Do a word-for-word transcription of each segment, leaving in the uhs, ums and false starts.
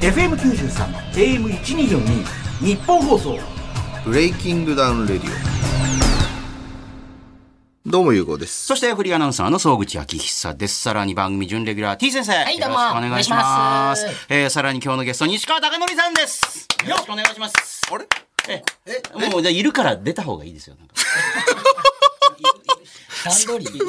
エフエムきゅうじゅうさん、エーエムせんにひゃくよんじゅうに 日本放送ブレイキングダウンレディオ。どうもゆうごです。 そしてフリーアナウンサーの総口昭久です。さらに番組準レギュラー T 先生、 はい、どうもよろしくお願いします。 お願いします。 えー、さらに今日のゲスト西川貴教さんです。よろしくお願いします。 あれええもうじゃあいるから出た方がいいですよ。なんか段取り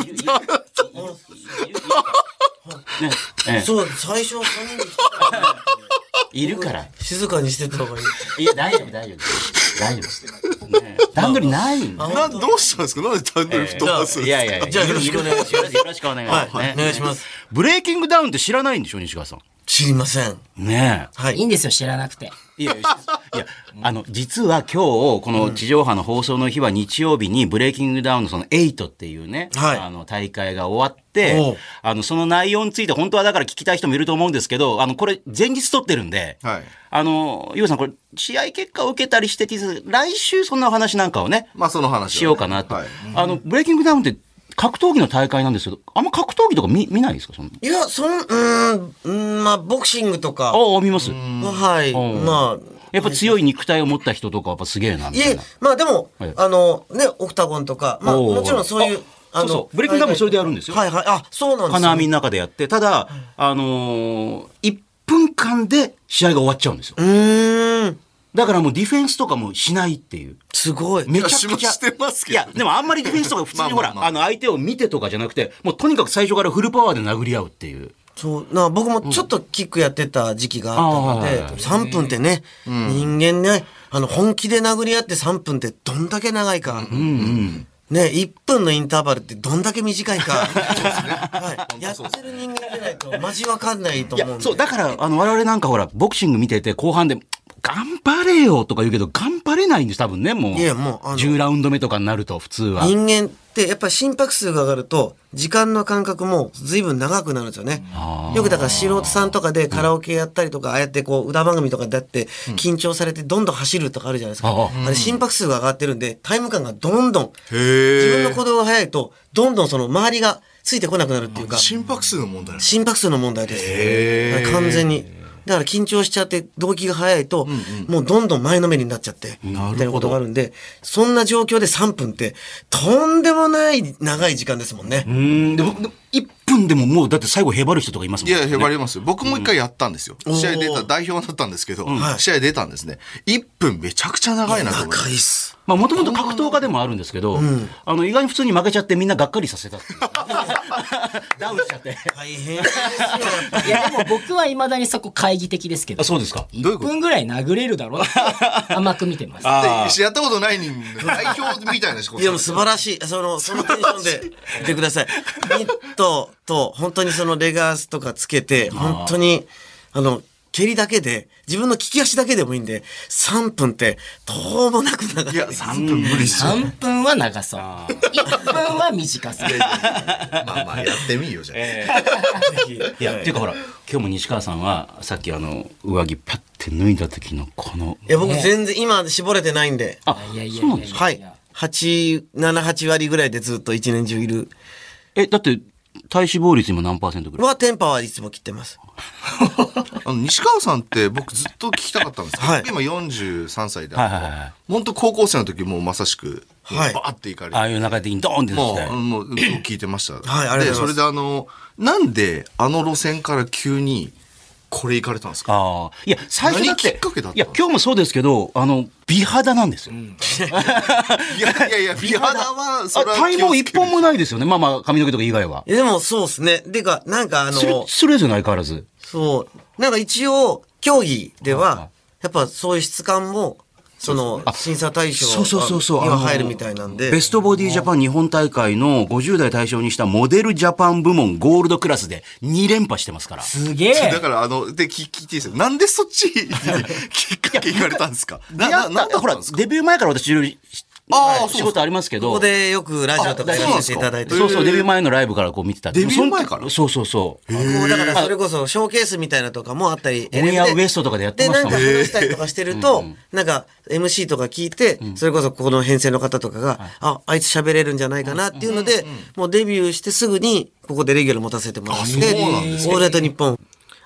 ね、ええ、 そう、最初はさんにんで来たいるから静かにしてた方がいい。 いや大丈夫大丈夫大丈夫です、ね、段取りないんで、 などうしたんですか。なんで段取り吹っ飛ばすんですか。 いやいやいや、 じゃあよろしくお願いしますよろしくお願いします、 はいね、 お願いします。 ブレイキングダウンって知らないんでしょ西川さん。 知りません。 ねえ、 はいいいんですよ、知らなくて。 いやいや、いやあの、実は今日、この地上波の放送の日は日曜日にブレイキングダウンのそのエイトっていうね、 はいあの大会が終わって、 おうあの、その内容について本当はだから聞きたい人もいると思うんですけど、あの、これ前日撮ってるんで、 はい。 あの、ゆうさんこれ試合結果を受けたりして、来週そんなお話なんかをね、 まあその話をねしようかなと。 はい。 あの、ブレイキングダウンって格闘技の大会なんですけど、あんま格闘技とか見見ないですかそんな。 いや、そん、うーん、うーん、まあ、ボクシングとか。 ああ、見ます。 はい。 うんまあ。 やっぱ強い肉体を持った人とかやっぱすげえな、みいえたいな。、 まあでもはい、 あの、ね、オクタゴンとか、まあ、 おーもちろんそういう、 あそうそうブレイキングダウンもそれでやるんですよはいはい。あ、そうなんです金網のね。 中でやって、ただ、あのー、いっぷんかんで試合が終わっちゃうんですよ。 うーん。 だからもうディフェンスとかもしないっていう。 すごい。 めちゃくちゃ。 いやしてますけどねいや、でもあんまりディフェンスとか普通にほら、 まあまあまああの相手を見てとかじゃなくて、もうとにかく最初からフルパワーで殴り合うっていう。 そう、な僕もちょっとキックやってた時期があったのうんあーはいはいで、さんぷんってね、人間ね、あの、本気で殴り合ってさんぷんってどんだけ長いか。ね、いっぷんのインターバルってどんだけ短いか。はい。やってる人間でないとマジわかんないといや、 思うんで。 そう、だから、あの、我々なんかほら、ボクシング見てて後半で、頑張れよとか言うけど、頑張れないんです、多分ね、もう。 いやもうあのじゅうラウンド目とかになると、普通は。 人間ってやっぱり心拍数が上がると時間の感覚も随分長くなるんですよね。よくだから素人さんとかでカラオケやったりとか、ああやってこう歌番組とかでやって緊張されてどんどん走るとかあるじゃないですか。 ああれ心拍数が上がってるんでタイム感がどんどんへー自分の行動が速いとどんどんその周りがついてこなくなるっていうか心拍数の問題。 心拍数の問題です。完全に。だから緊張しちゃって動機が早いと、もうどんどん前のめりになっちゃって、みたいなことがあるんで、そんな状況でさんぷんって、とんでもない長い時間ですもんね。 うーん、でも、でもいっぷんでももう、だって最後へばる人とかいますもんね。 いや、へばりますよ。僕も一回やったんですよ。試合出た、代表だったんですけど、試合出たんですね。いっぷんめちゃくちゃ長いなと思います長いっす。 まあ、もともと格闘家でもあるんですけど、あの、意外に普通に負けちゃってみんながっかりさせたっていう。ダウンしちゃって。 大変ですよ。 いや、でも僕は未だにそこ懐疑的ですけど。 あ、そうですか。 いっぷんぐらい殴れるだろうって甘く見てます。 あでやったことない人代表みたいな仕事。 いやもう素晴らしい。その、そのテンションでいてください。ミットと、本当にそのレガースとかつけて、本当に、あの、蹴りだけで、自分の利き足だけでもいいんで、さんぷんって、どうもなく長い。 いや、さんぷん無理っすよ。 さんぷんは長そう。いっぷんは短そう。 まあまあ、やってみいよ、じゃあ。 いや、っていうかほら、今日も西川さんは、さっきあの、上着パッて脱いだ時のこの、 いや、僕全然今絞れてないんで。 あ、 いやいやいやそうなんですか。 はい。はち、なな、はち割ぐらいでずっと一年中いる。 え、だって、体脂肪率今何パーセントぐらい？ は、テンパはいつも切ってます。 あの西川さんって僕ずっと聞きたかったんですけど、 はい今よんじゅうさんさいで、 はいはいはい。 本当高校生の時もうまさしく、 はいバーっていかれて、 ああいう中的にドーンって出もう、 てきて。 もう聞いてました。 はいありがとうございますで、それであの、なんであの路線から急にこれ行かれたんですか。 ああ。いや、最初だって、 何きっかけだったのいや、今日もそうですけど、あの、美肌なんですよ。 いやいやいや、美肌は、そあ、 れは体毛一本もい。 ないですよね。まあまあ、髪の毛とか以外は。 えでもそうですね。でか、なんかあそれの、、 それですよね、相変わらず。 そう。なんか一応、競技ではいはは、やっぱそういう質感も、その、審査対象そうそうそうそう。 にはあの入るみたいなんで。 ベストボディジャパン日本大会のごじゅう代対象にしたモデルジャパン部門ゴールドクラスでに連覇してますから。 すげえ。 だから、あの、で、聞聞いていいですよ。なんでそっちにきっかけ行かれたんですか。な、な、なんだったほらんです、か。 デビュー前から私、いろいろああ、 仕事ありますけど。 ここでよくラジオとかやらせていただいて。 そうそう、デビュー前のライブからこう見てた。 デビュー前からそうそうそう。 もうだからそれこそショーケースみたいなとかもあったり、 オンエアウエストとかでやってましたもんで、なんか話したりとかしてると、なんか エムシー とか聞いて、それこそここの編成の方とかが、あ、あいつ喋れるんじゃないかなっていうので、もうデビューしてすぐにここでレギュラー持たせてもらって、オールナイトニッポン。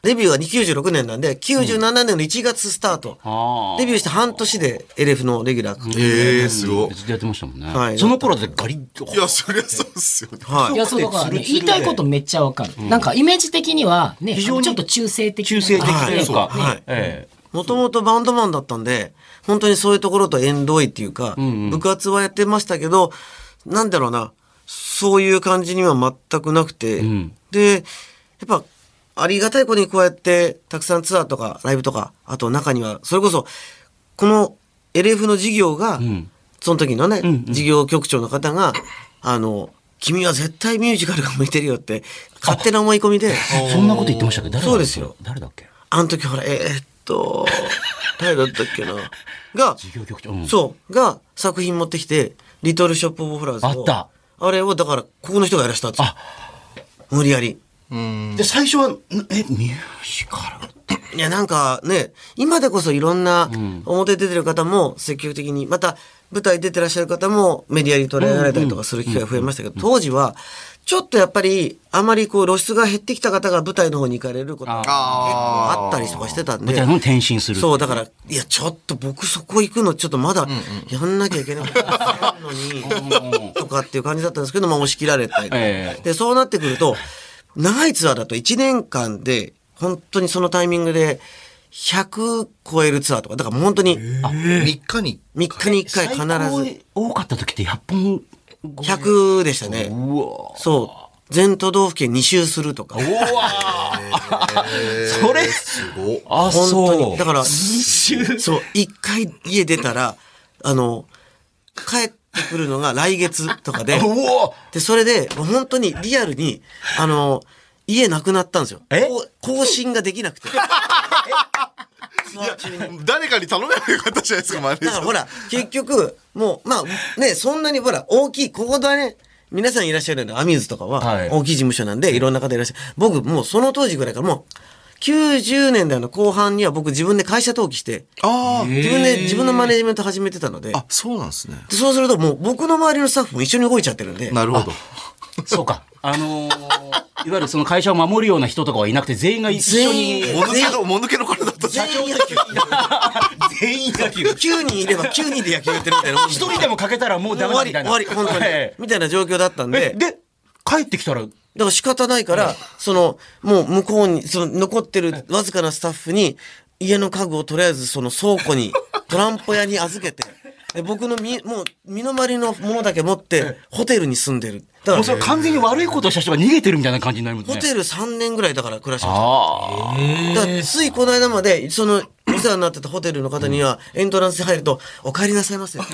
デビューがきゅうじゅうろくねんなんで、きゅうじゅうななねんのいちがつスタート。 あーデビューして半年で エルエフ のレギュラー。 ええ、すごい。 別でやってましたもんね。 はいその頃でガリッと。 いや、そりゃそうっすよね。 はいいや、そうだからね、言いたいことめっちゃわかる。なんかイメージ的にはね、 非常にちょっと中性的な。 中性的というか。 はいはいえもともとバンドマンだったんで、本当にそういうところと縁遠いっていうか、部活はやってましたけど、なんだろうな、そういう感じには全くなくて、 んで、やっぱ、ありがたいことにこうやって、たくさんツアーとかライブとか、あと中には、それこそ、この エルエフ の事業が、 んその時のね、 んうん事業局長の方が、あの、君は絶対ミュージカルが向いてるよって、勝手な思い込みで、 えそんなこと言ってましたっけ誰だそうですよ誰だっけあの時ほら、えーっと、誰だったっけな。が、 事業局長。うんそう、が作品持ってきて、リトルショップオブフラワーズを。 あったあれを、だから、ここの人がやらしたんですよ。無理やり。 で、最初は、んえ、ミュージカルいや、なんかね、今でこそいろんな表出てる方も積極的に、また舞台出てらっしゃる方もメディアに取り上げられたりとかする機会が増えましたけど、当時は、ちょっとやっぱり、あまりこう露出が減ってきた方が舞台の方に行かれることが結構あったりとかしてたんで。 舞台の方に転身する。 そう、だから、いや、ちょっと僕そこ行くのちょっとまだやんなきゃいけないのに、とかっていう感じだったんですけど、まあ押し切られたりとか。 ええで、そうなってくると、長いツアーだといちねんかんで、本当にそのタイミングでひゃく超えるツアーとか、だからもう本当にみっかに。 みっかにいっかい必ず最高多かった時ってひゃっぽん。 ひゃくでしたね。 うわそう。全都道府県に周するとか。 うわそれ、 すごっ。 あ、 本当そう。 に。だから、そう、一回家出たら、あの、帰ってくるのが来月とかで、 うわで、それで、もう本当にリアルに、あの、家なくなったんですよ。 えこう更新ができなくて。ツアー中に。 誰かに頼めばよかったじゃないですか、マネージャー。 だからほら、結局、もう、まあね、そんなにほら、大きい、ここだね、皆さんいらっしゃるようなアミューズとかははい、 大きい事務所なんで、いろんな方いらっしゃる。僕、もうその当時ぐらいからもう、きゅうじゅうねんだいの後半には僕自分で会社登記して、 あー自分で自分のマネジメント始めてたので、 あ、そうなんですね。 でそうするともう僕の周りのスタッフも一緒に動いちゃってるんで、 なるほど。 そうか。あのー、いわゆるその会社を守るような人とかはいなくて、全員が一緒に。 全員もぬけの、もぬけの体だった。 全員野球。 全員野球。 きゅうにんいればきゅうにんで野球やってるみたいなもんで。 一人でもかけたらもうダメ終わり、 だみたいな。 終わり、本当にえ。 みたいな状況だったんえで、 で、帰ってきたら、 だから仕方ないから、その、もう向こうに、その残ってるわずかなスタッフに、家の家具をとりあえずその倉庫に、トランポ屋に預けて、で僕の身、もう身の回りのものだけ持って、ホテルに住んでる。だもうそれから、 完全に悪いことをした人が逃げてるみたいな感じになりますね。 ホテルさんねんぐらいだから暮らしました。 ああ。 だからついこの間まで、その、お世話になってたホテルの方には、エントランスに入ると、お帰りなさいませ。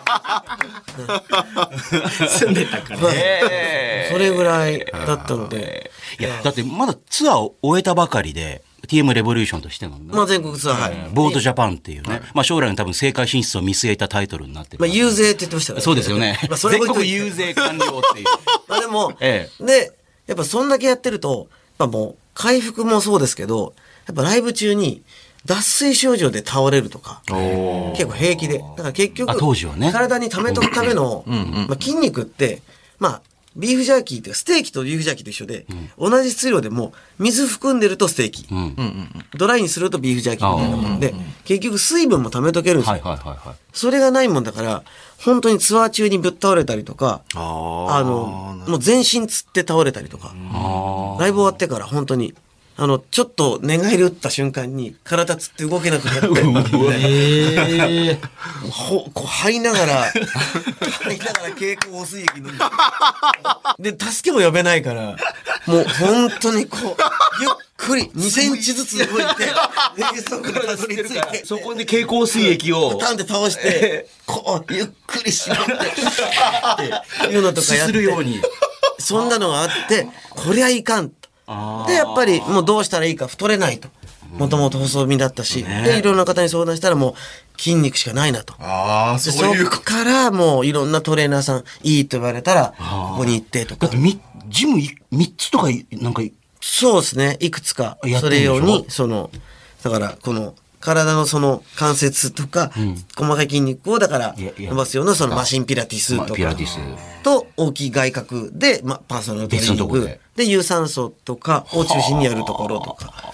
住んでたから。 ええそれぐらいだったので、 いや、だってまだツアーを終えたばかりで、ティーエム レボリューションとしてのね、 まあ全国ツアー、はい。 ボートジャパンっていうね、まあ将来の多分政界進出を見据えたタイトルになってる。 まあ、遊説って言ってましたからそうですよね。 まあ、それ全も置いといて国遊説完了っていう。 まあでも、 えで、やっぱそんだけやってると、やっぱもう、回復もそうですけど、やっぱライブ中に脱水症状で倒れるとか、結構平気で。だから結局、 あ当時はね体に溜めとくための、まあ、筋肉って、まあ、ビーフジャーキーっていうかステーキとビーフジャーキーと一緒で、同じ質量でも水含んでるとステーキ、ドライにするとビーフジャーキーみたいなもんで、結局水分も溜めとけるんですよ。 はいはいはいはい。 それがないもんだから、本当にツアー中にぶっ倒れたりとか、 ああの、もう全身つって倒れたりとか、ライブ終わってから本当に、あの、ちょっと寝返り打った瞬間に体つって動けなくなって、 えほこう吐いながら、吐いながら経口補水液飲んで、で、助けも呼べないから、もう本当にこう、ゆっくりにセンチずつ動いて、冷蔵庫にたどり着いて、 そこで経口水液をパタンって倒して、こう、ゆっくり絞って、っていうのとかやって、 するように。 そんなのがあって、こりゃいかんと。で、やっぱりもうどうしたらいいか太れないと。もともと細身だったし、で、いろんな方に相談したらもう筋肉しかないなと。 あー、 でそういうこそっからもういろんなトレーナーさん、いいと言われたら、ここに行ってとかだって。み、ジムいみっつとかい、なんか、 そうですね。いくつか、そやってるでしょれ用に、その、だから、この、体のその関節とか、細かい筋肉をだからいやいや伸ばすようなそのマシンピラティスまあとかピラティス。 と大きい外角で、まあ、パーソナルトレーニング別のとこでで有酸素とかを中心にやるところとか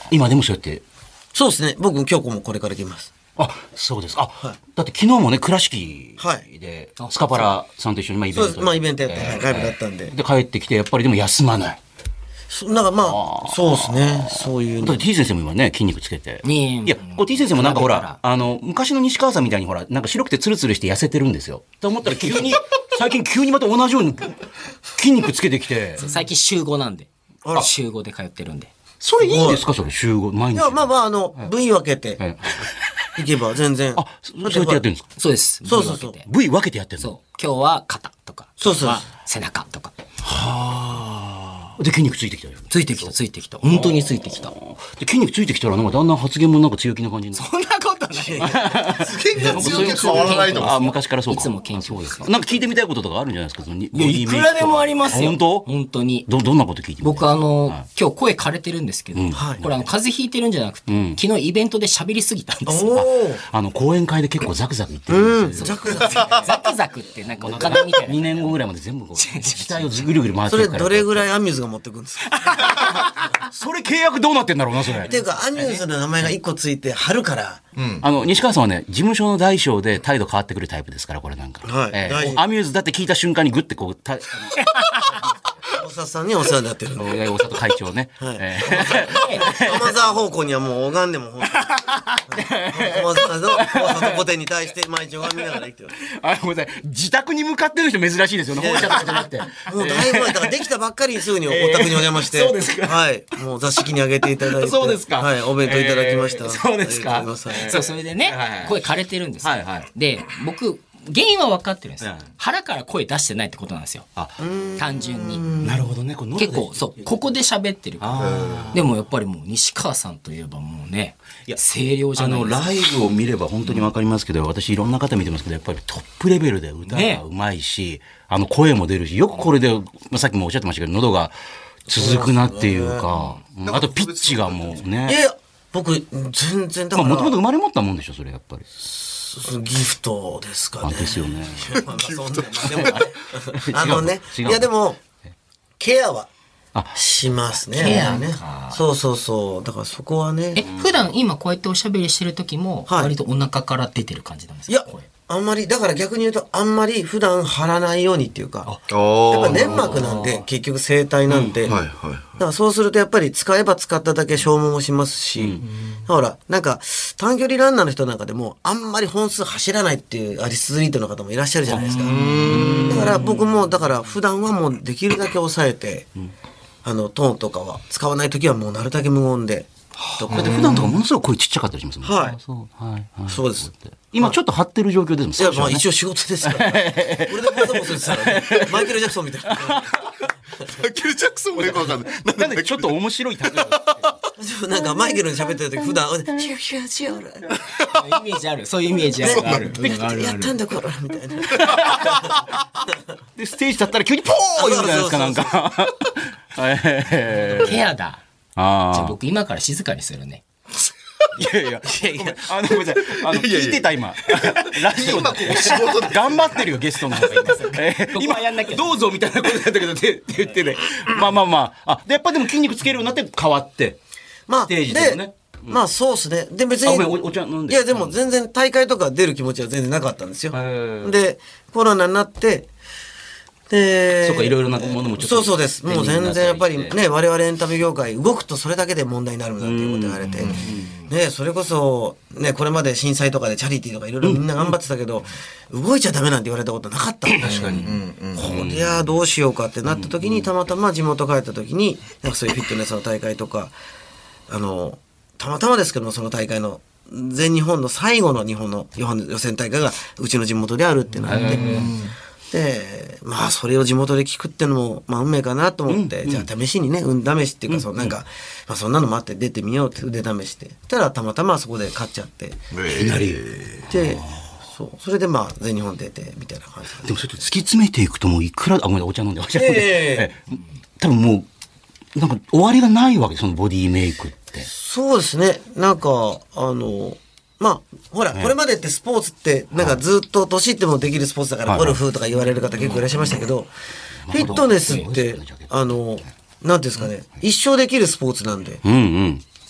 今でもそうやって。 そうですね。僕、京子もこれから来ます。 あ、そうですか。あ、だって昨日もね、倉敷で、スカパラさんと一緒にまあイベント。 そうです。まあイベントやって、ライブだったんで。 で、帰ってきて、やっぱりでも休まない。 なんかまあ、そうですね。そういう。 だって T 先生も今ね、筋肉つけて。いや、こう T 先生もなんかほら、あの、昔の西川さんみたいにほら、なんか白くてツルツルして痩せてるんですよ。と思ったら急に、最近急にまた同じように筋肉つけてきて。 最近週ごなんで。週ごで通ってるんで。 それいいんですかそれ、週ご、毎日。 いや、まあまあ、あの、部位分けて、いけば全然。 あ、そうやってやってるんですかそうです。 そうそうそう。 部位分けてやってるのそう。今日は肩とか。 そうそう。 背中とか。 はあ。で、筋肉ついてきたよ。 ついてきた、ついてきた。本当についてきた。で、 筋肉ついてきたら、なんかだんだん発言もなんか強気な感じになる。 そんなことない。 発言が強気変わらないと思う。 あ、昔からそうか。 いつも謙虚です。 なんか聞いてみたいこととかあるんじゃないですかいや、いくらでもありますよ。 本当本当に。 ど、どんなこと聞いてみたい僕あの、今日声枯れてるんですけど、これあの、風邪ひいてるんじゃなくて、昨日イベントで喋りすぎたんですよ。 あの、講演会で結構ザクザク言ってるんですよ。 ザクザク。ザクザクってなんかお金みたいな。 にねんごぐらいまで全部こう、機体をぐるぐる回ってるから。 それどれぐらいアミューズが持ってくるんですか？ それ契約どうなってんだろうな、それ。 っていうか、アミューズの名前が一個ついて、春から。 あの、西川さんはね、事務所の大小で態度変わってくるタイプですから、これなんか。 はいえ大事ーアミューズだって聞いた瞬間にグッてこう、た大沢さんにお世話になってるんで。 大里会長ね。えー駒沢方向にはもう拝んでも本当に。駒沢の大里御殿に対して毎日拝みながら生きてる。 あ、ごめんなさい。自宅に向かってる人珍しいですよね。本社とかじゃなくて。 もうだいぶ前だからできたばっかりにすぐにお宅にお邪魔して。 そうですかはい。もう座敷にあげていただいて。 そうですかはい。お弁当いただきました。 えーそうですかありがとうございますそう、それでねはい、 声枯れてるんですよはいはい。 で、僕、原因は分かってるんですはい。 腹から声出してないってことなんですよ。 あ、 単純に。 なるほどね。これ喉で結構、そう、ここで喋ってるから。でもやっぱりもう西川さんといえばもうね、声量じゃあの、 ないですか。 ライブを見れば本当にわかりますけど、私いろんな方見てますけど、やっぱりトップレベルで歌がうまいし、あの、声も出るし、よくこれで、まあ、さっきもおっしゃってましたけど、喉が続くなっていうか、うんあとピッチがもういね。 や、僕、全然だまあ、 から。 もともと生まれ持ったもんでしょ、それやっぱり。 ギフトですかあね。 ですよね。 まあまあそんなまあでもあのね、い違うのやでも、ケアはあしますね。 ケアね。そうそうそう。だからそこはね。 え、普段今こうやっておしゃべりしてる時も、 はい割とお腹から出てる感じなんですか？ いや声、 あんまり、だから逆に言うと、あんまり普段張らないようにっていうか、やっぱ粘膜なんで、結局声帯なんで、 はいはい。 だからそうするとやっぱり使えば使っただけ消耗もしますし、ほら、なんか短距離ランナーの人なんかでもあんまり本数走らないっていうアリスリートの方もいらっしゃるじゃないですか。だから僕も、だから普段はもうできるだけ抑えて、あの、トーンとかは使わないときはもうなるだけ無音で。とかだって普段とかものすごい声ちっちゃかったりしますもんね。 はいそう、はい、はい。 そうです。 今ちょっと張ってる状況ですもん。 いや、まあ一応仕事ですから。俺でボソボソ言ってたらね、マイケル・ジャクソンみたいな。 マイケル・ジャクソンもよくわかんない。 なんでちょっと面白い例えなんかマイケルに喋ってる時普段、シュシュシュイメージある。そういうイメージある。ある。あるやったんだこらみたいな。 で、ステージだったら急にポーン言うじゃないですか、なんか。えケアだ。 あじゃあ僕今から静かにするね。 いやいや、あの、ごめんなさい。あの、聞いてた今。ラジオで。頑張ってるよ、ゲストの方が今、 やんなきゃどうぞみたいなことだったけど、って言ってね。まあまあまあ。あ、で、やっぱでも筋肉つけるようになって変わって。 まあ、 ステージでもね。 まあそうっすね。で別に。 あ、ごめん、おお茶飲んで。 いやでも全然大会とか出る気持ちは全然なかったんですよ。 ーで、コロナになって、で、 そうかいろいろなものもちょっとそうそうです。もう全然やっぱりね、我々エンタメ業界動くとそれだけで問題になるんだっていうこと言われて、ね、それこそ、ね、これまで震災とかでチャリティーとかいろいろみんな頑張ってたけど、動いちゃダメなんて言われたことなかったんで、確かに。こりゃどうしようかってなった時に、たまたま地元帰った時に、なんかそういうフィットネスの大会とか、あの、たまたまですけども、その大会の、全日本の最後の日本の予選大会がうちの地元であるってなって、で、まあそれを地元で聞くってのも、まあ運命かなと思って、じゃあ試しにね、運試しっていうか、そうなんか、まあそんなのもあって出てみようって腕試して。そしたらたまたまそこで勝っちゃって。 いきなり。 で、そう。それでまあ全日本出て、みたいな感じでもそれ突き詰めていくともういくら、あ、ごめん、お茶飲んで、お茶飲んで。 ええ多分もう、なんか終わりがないわけ、そのボディメイクって。 そうですね。なんか、あの、まあ、ほら、これまでってスポーツって、なんかずっと年いってもできるスポーツだから、ゴルフとか言われる方結構いらっしゃいましたけど、フィットネスって、あの、なんていうんですかね、一生できるスポーツなんで、 うんうん。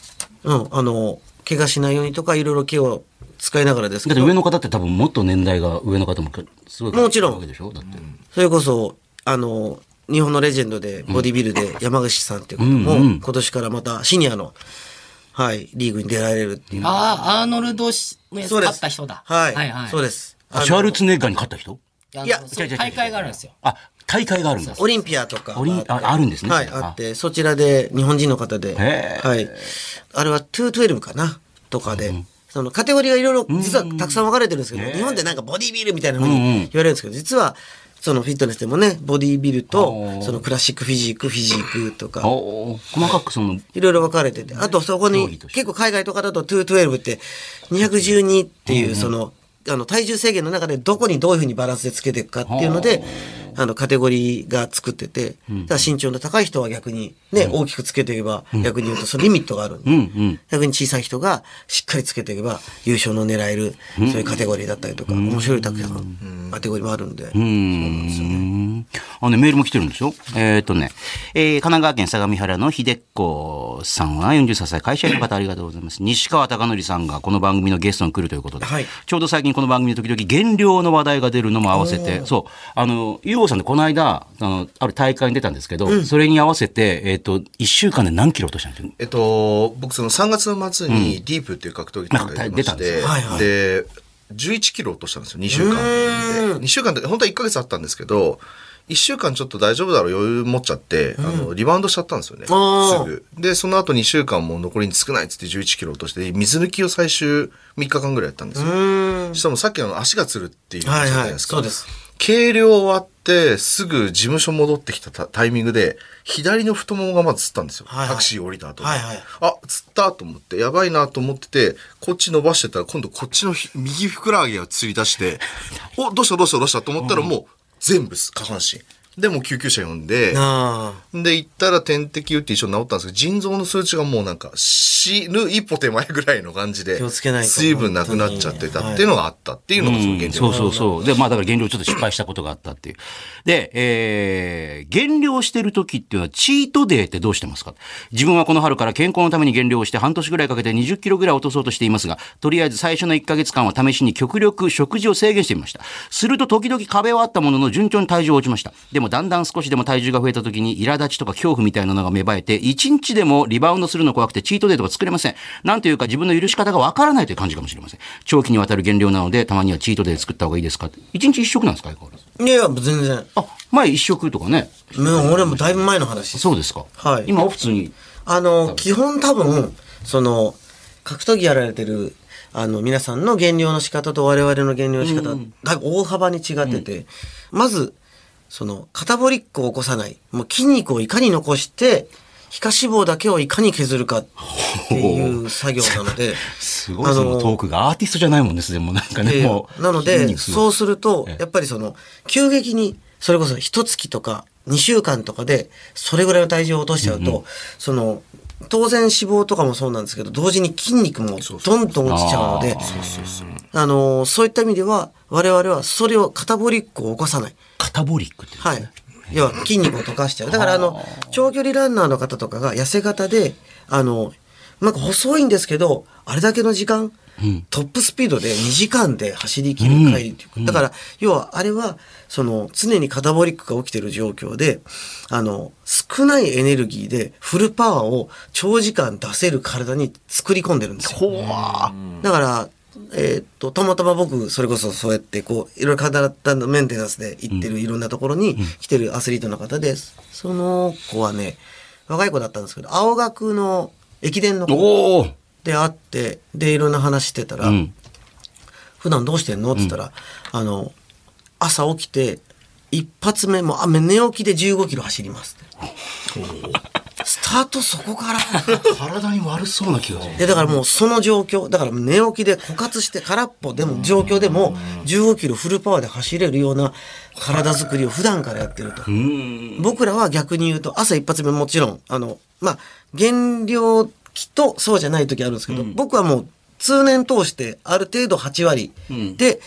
うん、あの、怪我しないようにとか、いろいろ気を使いながらですけど。 だって上の方って多分もっと年代が上の方もすごいもちろんわけでしょだって。 それこそ、あの、日本のレジェンドで、ボディビルで山口さんっていう方も、今年からまたシニアの、はい、リーグに出られるっていう。 ああ、アーノルドのやつ勝った人だ。 はい、はい、はい。そうです。 シュワルツェネッガーに勝った人？ いや、大会があるんですよ。 あ、大会があるんだ。 オリンピアとか。 オリン、あ、あるんですね。 はい、あって、そちらで日本人の方で、はい。あれはにひゃくじゅうかなとかで、そのカテゴリーがいろいろ実はたくさん分かれてるんですけど、日本でなんかボディビルみたいなふうに言われるんですけど、実は、そのフィットネスでもね、ボディビルと、そのクラシックフィジーク、フィジークとか、 細かくその、 いろいろ分かれてて、あとそこに、結構海外とかだとにひゃくじゅうってにひゃくじゅうにっていう、その、あの、体重制限の中でどこにどういうふうにバランスでつけていくかっていうので、あの、カテゴリーが作ってて、だから身長の高い人は逆にね、大きくつけていけば、逆に言うとそのリミットがあるんで、逆に小さい人がしっかりつけていけば優勝の狙える、そういうカテゴリーだったりとか、面白いたくさんカテゴリーもあるんで。そうなんですよね。 あのね、メールも来てるんですよ。えー、っとね、えー、神奈川県相模原の秀子さんはよんじゅうさんさい、会社員の方ありがとうございます。西川貴教さんがこの番組のゲストに来るということで、はい、ちょうど最近この番組で時々減量の話題が出るのも合わせて、そう、あの、ユーゴさんでこの間、あの、ある大会に出たんですけど、うん、それに合わせて、えー、っと、いっしゅうかんで何キロ落としたんですか？ えっと、僕そのさんがつの末にディープっていう格闘技大会が出まして、うん、はいはい、で、じゅういちキロ落としたんですよ、にしゅうかんで。にしゅうかんって本当はいっかげつあったんですけど、いっしゅうかんちょっと大丈夫だろう余裕持っちゃって、うん、あのリバウンドしちゃったんですよね、すぐ。でその後にしゅうかんも残りに少ないっつってじゅういちキロ落として水抜きを最終みっかかんぐらいやったんですよ。しかもさっきの足がつるっていうじゃないですか、 はいはい、そうです。 計量終わってすぐ事務所戻ってきたタイミングで左の太ももがまずつったんですよ、はいはい、タクシー降りた後、はいはい、あつったと思ってやばいなと思っててこっち伸ばしてたら今度こっちの右ふくらはぎがつり出しておどうしたどうしたどうしたと思ったらもう全部下半身でもう救急車呼んで、で行ったら点滴打って一緒に治ったんですけど、腎臓の数値がもうなんか死ぬ一歩手前ぐらいの感じで、水分なくなっちゃってたっていうのがあったっていうのがその現状、 うん、そうそうそう。で、まあだから減量ちょっと失敗したことがあったっていう。で、えー、減量してる時っていうのはチートデーってどうしてますか？自分はこの春から健康のために減量をして半年ぐらいかけてにじゅっキロぐらい落とそうとしていますが、とりあえず最初のいっかげつかんは試しに極力食事を制限してみました。すると時々壁はあったものの順調に体重が落ちました。でもだんだん少しでも体重が増えた時に苛立ちとか恐怖みたいなのが芽生えて、一日でもリバウンドするの怖くてチートデーとか作れません。なんというか自分の許し方がわからないという感じかもしれません。長期にわたる減量なのでたまにはチートデー作った方がいいですか？一日一食なんですか？相変わらず。 いやいや全然。 あ、前一食とかね。 もう俺もだいぶ前の話。 そうですか。はい。今は普通に。 あの基本多分その格闘技やられてるあの皆さんの減量の仕方と我々の減量の仕方、うん、だいぶ大幅に違ってて、うん、まずそのカタボリックを起こさない、もう筋肉をいかに残して皮下脂肪だけをいかに削るかっていう作業なので、 すごいそのトークがアーティストじゃないもんですね。もうなんかね、えー、もうなのでそうするとやっぱりその急激にそれこそ一月とかにしゅうかんとかでそれぐらいの体重を落としちゃうと、うんうん、その当然脂肪とかもそうなんですけど同時に筋肉もどんどん落ちちゃうので、あのそういった意味では我々はそれをカタボリックを起こさない。 カタボリックって、ね、 はい。要は筋肉を溶かしちゃう。だからあの長距離ランナーの方とかが痩せ型であのなんか細いんですけどあれだけの時間、うん、トップスピードでにじかんで走り切る回っていう、うん、だから要はあれはその常にカタボリックが起きている状況であの少ないエネルギーでフルパワーを長時間出せる体に作り込んでるんですよ。だからえー、っとたまたま僕それこそそうやってこういろいろ体のメンテナンスで行ってるいろんなところに来てるアスリートの方で、その子はね若い子だったんですけど青学の駅伝の子で会ってでいろんな話してたら、うん、普段どうしてんのって言ったら、うん、あの朝起きて一発目もあ寝起きでじゅうごキロ走りますってスタートそこから体に悪そうな気がする。 でだからもうその状況だから寝起きで枯渇して空っぽでも状況でもじゅうごキロフルパワーで走れるような体作りを普段からやってると。僕らは逆に言うと朝一発目もちろんあのまあ減量期とそうじゃない時あるんですけど、うん、僕はもう通年通してある程度はちわりで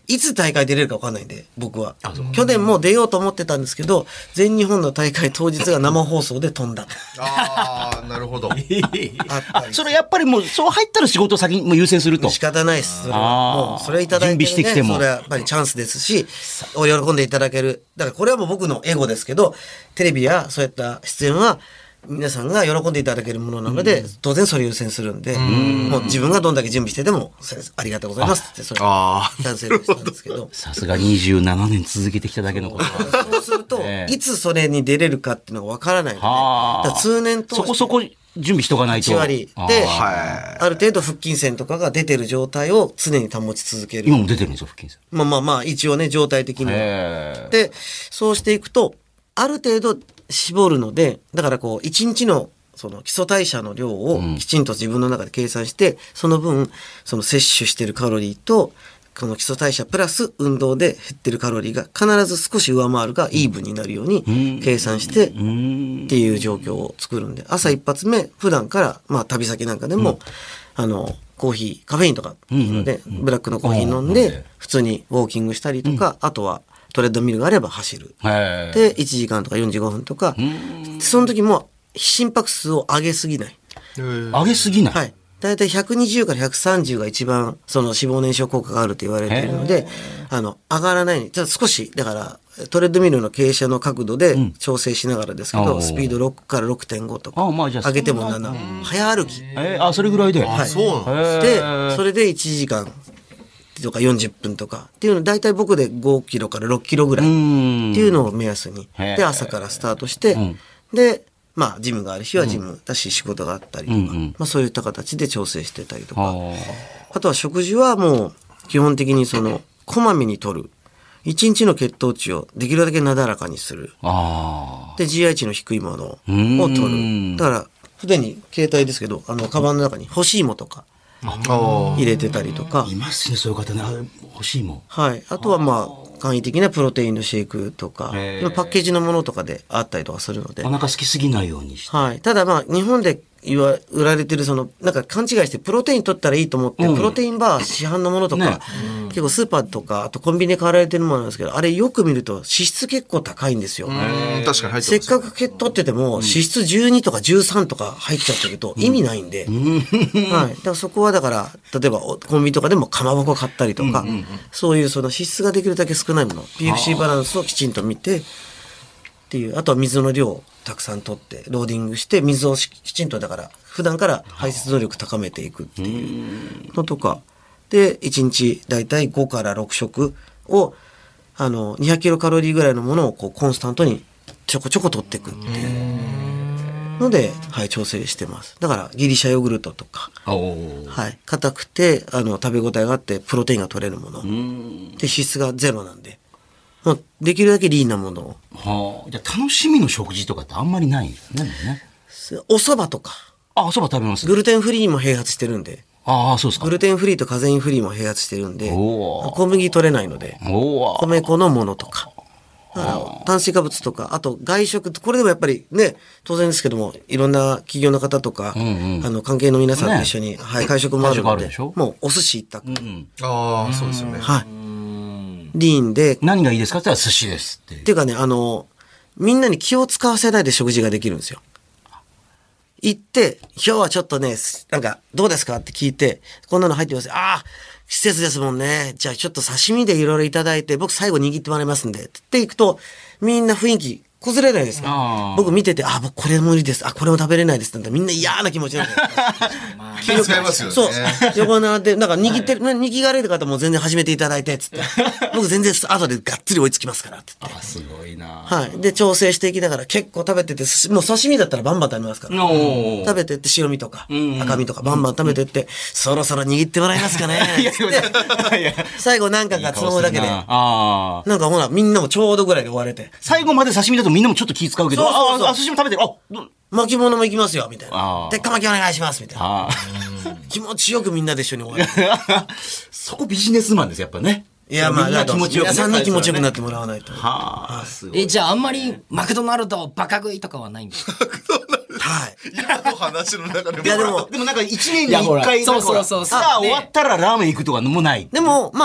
いつ大会出れるか分かんないんで、僕は。去年も出ようと思ってたんですけど、全日本の大会当日が生放送で飛んだ。 ああ、なるほど。 あ、それやっぱりもう、そう入ったら仕事を先にもう優先すると。 仕方ないです。それはもう、それいただいて、ね、 準備してきても。 それはやっぱりチャンスですし、喜んでいただける。だからこれはもう僕のエゴですけど、テレビやそういった出演は、皆さんが喜んでいただけるものなので、うん、当然それ優先するんで、うん、もう自分がどんだけ準備してても、ありがとうございますって、それ、キャンセルしたんですけど。 さすがにじゅうななねん続けてきただけのこと。 そうすると、えー、いつそれに出れるかっていうのがわからないので、だから通年とそこそこ準備しとかないと。 いち割で、あ, ある程度腹筋線とかが出てる状態を常に保ち続ける。 今も出てるんですよ、腹筋線。 まあまあまあ、一応ね、状態的には。で、そうしていくと、ある程度絞るので、だからこう、いちにちのその基礎代謝の量をきちんと自分の中で計算して、うん、その分、その摂取してるカロリーと、この基礎代謝プラス運動で減ってるカロリーが必ず少し上回るかイーブンになるように計算してっていう状況を作るんで、朝一発目、普段から、まあ旅先なんかでも、うん、あの、コーヒー、カフェインとかいいので、うんうん、ブラックのコーヒー飲んで、普通にウォーキングしたりとか、うん、あとはトレッドミルがあれば走る。で、いちじかんとかよんじゅうごふんとか、その時も、心拍数を上げすぎない。 上げすぎない。 はい。だいたいひゃくにじゅうからひゃくさんじゅうが一番その脂肪燃焼効果があると言われているので、あの、上がらないように、ちょっと少し、だから、トレッドミルの傾斜の角度で調整しながらですけど、うん、スピードろくからろくてんごとか、まあ、上げてもなな、早歩き。 えー、あ、それぐらいで。 はい。 そうなんで、それでいちじかんとかよんじゅっぷんとかっていうの、だいたい僕でごキロからろっキロぐらいっていうのを目安に、で、朝からスタートして、うん、で、まあ、ジムがある日はジムだし、仕事があったりとか、うんうん、まあ、そういった形で調整してたりとか、あとは食事はもう、基本的にその、こまめに摂る。一日の血糖値をできるだけなだらかにする。で、ジーアイ 値の低いものを摂る。だから、すでに携帯ですけど、あの、カバンの中に干し芋とか、入れてたりとか。 いますね、そういう方ね。干し芋。 はい。あとはまあ、簡易的なプロテインのシェイクとか、パッケージのものとかであったりとかするので。 お腹空きすぎないようにして。 はい。ただまあ、日本で言わ、売られてるその、なんか勘違いしてプロテイン取ったらいいと思って、うん、プロテインバー市販のものとか、ね、結構スーパーとか、あとコンビニで買われてるものなんですけど、あれよく見ると脂質結構高いんですよ。 うん、確かに入ってます。 せっかく血取ってても、脂質じゅうにとかじゅうさんとか入っちゃってると意味ないんで、うん、はい。だからそこはだから、例えばコンビニとかでもかまぼこ買ったりとか、うんうんうん、そういうその脂質ができるだけ少ないもの、ピーエフシー バランスをきちんと見て、っていう、あとは水の量をたくさん取って、ローディングして、水をきちんとだから、普段から排泄能力高めていくっていうのとか、で、いちにちだいたいごからろく食を、あの、にひゃくキロカロリーぐらいのものをこうコンスタントにちょこちょこ取っていくっていうので、はい、調整してます。だから、ギリシャヨーグルトとか、はい、硬くて、あの、食べ応えがあって、プロテインが取れるもの。で、脂質がゼロなんで、まあ、できるだけリーンなものを。 はあ、じゃあ楽しみの食事とかってあんまりないんですね。 お蕎麦とか。 あ、お蕎麦食べます。 グルテンフリーも併発してるんで。 ああ、そうですか。 グルテンフリーとカゼインフリーも併発してるんで、小麦取れないので、米粉のものとか。だから炭水化物とか、あと外食、これでもやっぱりね、当然ですけども、いろんな企業の方とか、うんうん、あの関係の皆さんと一緒に、ね、はい、会食もあるので、もうお寿司一択。うんうん、 ああ、そうですよね。 はい。リーンで。 何がいいですかって言ったら寿司ですって。 っていうかね、あの、みんなに気を使わせないで食事ができるんですよ。行って、今日はちょっとね、なんか、どうですかって聞いて、こんなの入ってます。ああ、季節ですもんね。じゃあちょっと刺身でいろいろいただいて、僕最後握ってもらいますんで。って行くと、みんな雰囲気崩れないですか。僕見てて、あ、僕これ無理です。あ、これも食べれないですってみんな嫌な気持ちになる。 気を使いますよね。 そう。横並んで、なんか握ってる、はい、握がれる方も全然始めていただいて、つって。僕全然後でがっつり追いつきますから、って言って。 あ、すごいな。 はい。で、調整していきながら結構食べてて、もう刺身だったらバンバン食べますから。食べてって白身とか、赤身とかバンバン食べてって、そろそろ握ってもらえますかね。最後何回かつまむだけで。なんかほら、みんなもちょうどぐらいで終われて。 最後まで刺身だとみんなもちょっと気使うけど、 そうそうそう、 あ、寿司も食べてる。あ、 巻物も行きますよ、みたいな。鉄火巻きお願いします、みたいな。気持ちよくみんなで一緒に終わる。 そこビジネスマンです、やっぱね。 いや、まあ、気持ちよく。皆さんに気持ちよくなってもらわないと。 はあ、 すごい。え、じゃああんまりマクドナルドバカ食いとかはないんですか？ はい。 今の話の中でも。 いや、でも、 でもなんか一年に一回、 そうそうそう。 さあ終わったらラーメン行くとかもない。 でも、まあ、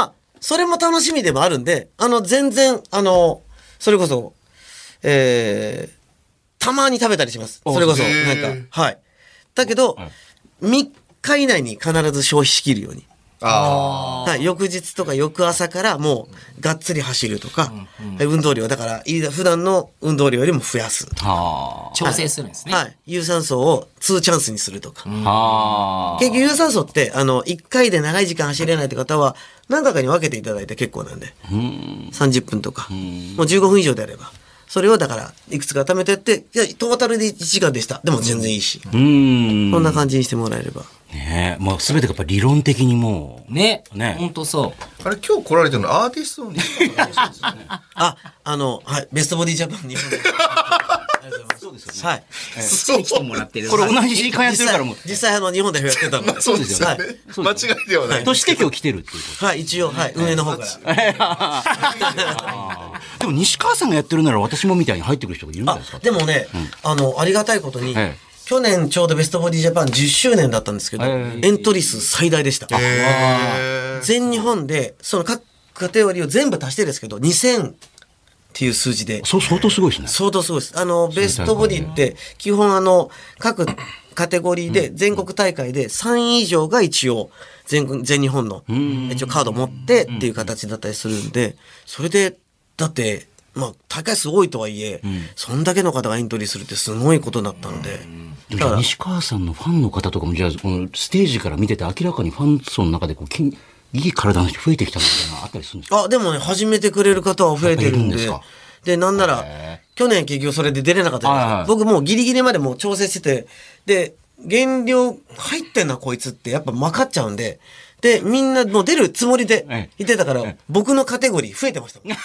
それも楽しみでもあるんで、あの、全然、あの、それこそ、えー、たまに食べたりします。それこそ、なんか、はい。だけど、みっか以内に必ず消費しきるように。 あはい、翌日とか翌朝からもうがっつり走るとか、うんうん、運動量だから普段の運動量よりも増やす、 はあ、調整するんですね、 はいはい、有酸素をにチャンスにするとか、はあ、結局有酸素ってあのいっかいで長い時間走れないって方は何回かに分けていただいて結構なんで、うん、さんじゅっぷんとか、うん、もうじゅうごふん以上であればそれをだからいくつか貯めてっていやトータルでいちじかんでしたでも全然いいし、うん、そんな感じにしてもらえればねえ、まあ全てがやっぱり理論的にもうねね本当そうあれ今日来られてるのアーティストの西川さんですよねああのはいベストボディジャパン日本でそうですよね。 はい。 そっちに来てもらってる。 これ同じ時間やってるからもう。 実際あの日本でやってたので。 そうですよね。間違いではない。 として今日来てるっていう。 はい、一応、はい、運営の方から。 でも西川さんがやってるなら私もみたいに入ってくる人がいるんじゃないですか。 でもね、あの、ありがたいことに、去年ちょうどベストボディジャパンじゅっしゅうねんだったんですけど、エントリー数最大でした。全日本で、その各カテゴリーを全部足してですけど、にせんっていう数字で。 そう、相当すごいですね。 相当すごいです。あの、ベストボディって、基本あの、各カテゴリーで、全国大会でさんい以上が一応、全、全日本の、一応カード持ってっていう形だったりするんで、それで、だって、まあ、大会数多いとはいえ、そんだけの方がエントリーするってすごいことだったので。 じゃあ西川さんのファンの方とかも、じゃあ、このステージから見てて明らかにファン層の中でこう、いい体の人増えてきたみたいなあったりするんですか？ あ、でもね、始めてくれる方は増えてるんで。で、なんなら、去年結局それで出れなかったじゃないですか。僕もうギリギリまでもう調整してて、で、減量入ってんなこいつってやっぱ分かっちゃうんで、で、みんなもう出るつもりで言ってたから、僕のカテゴリー増えてましたもん。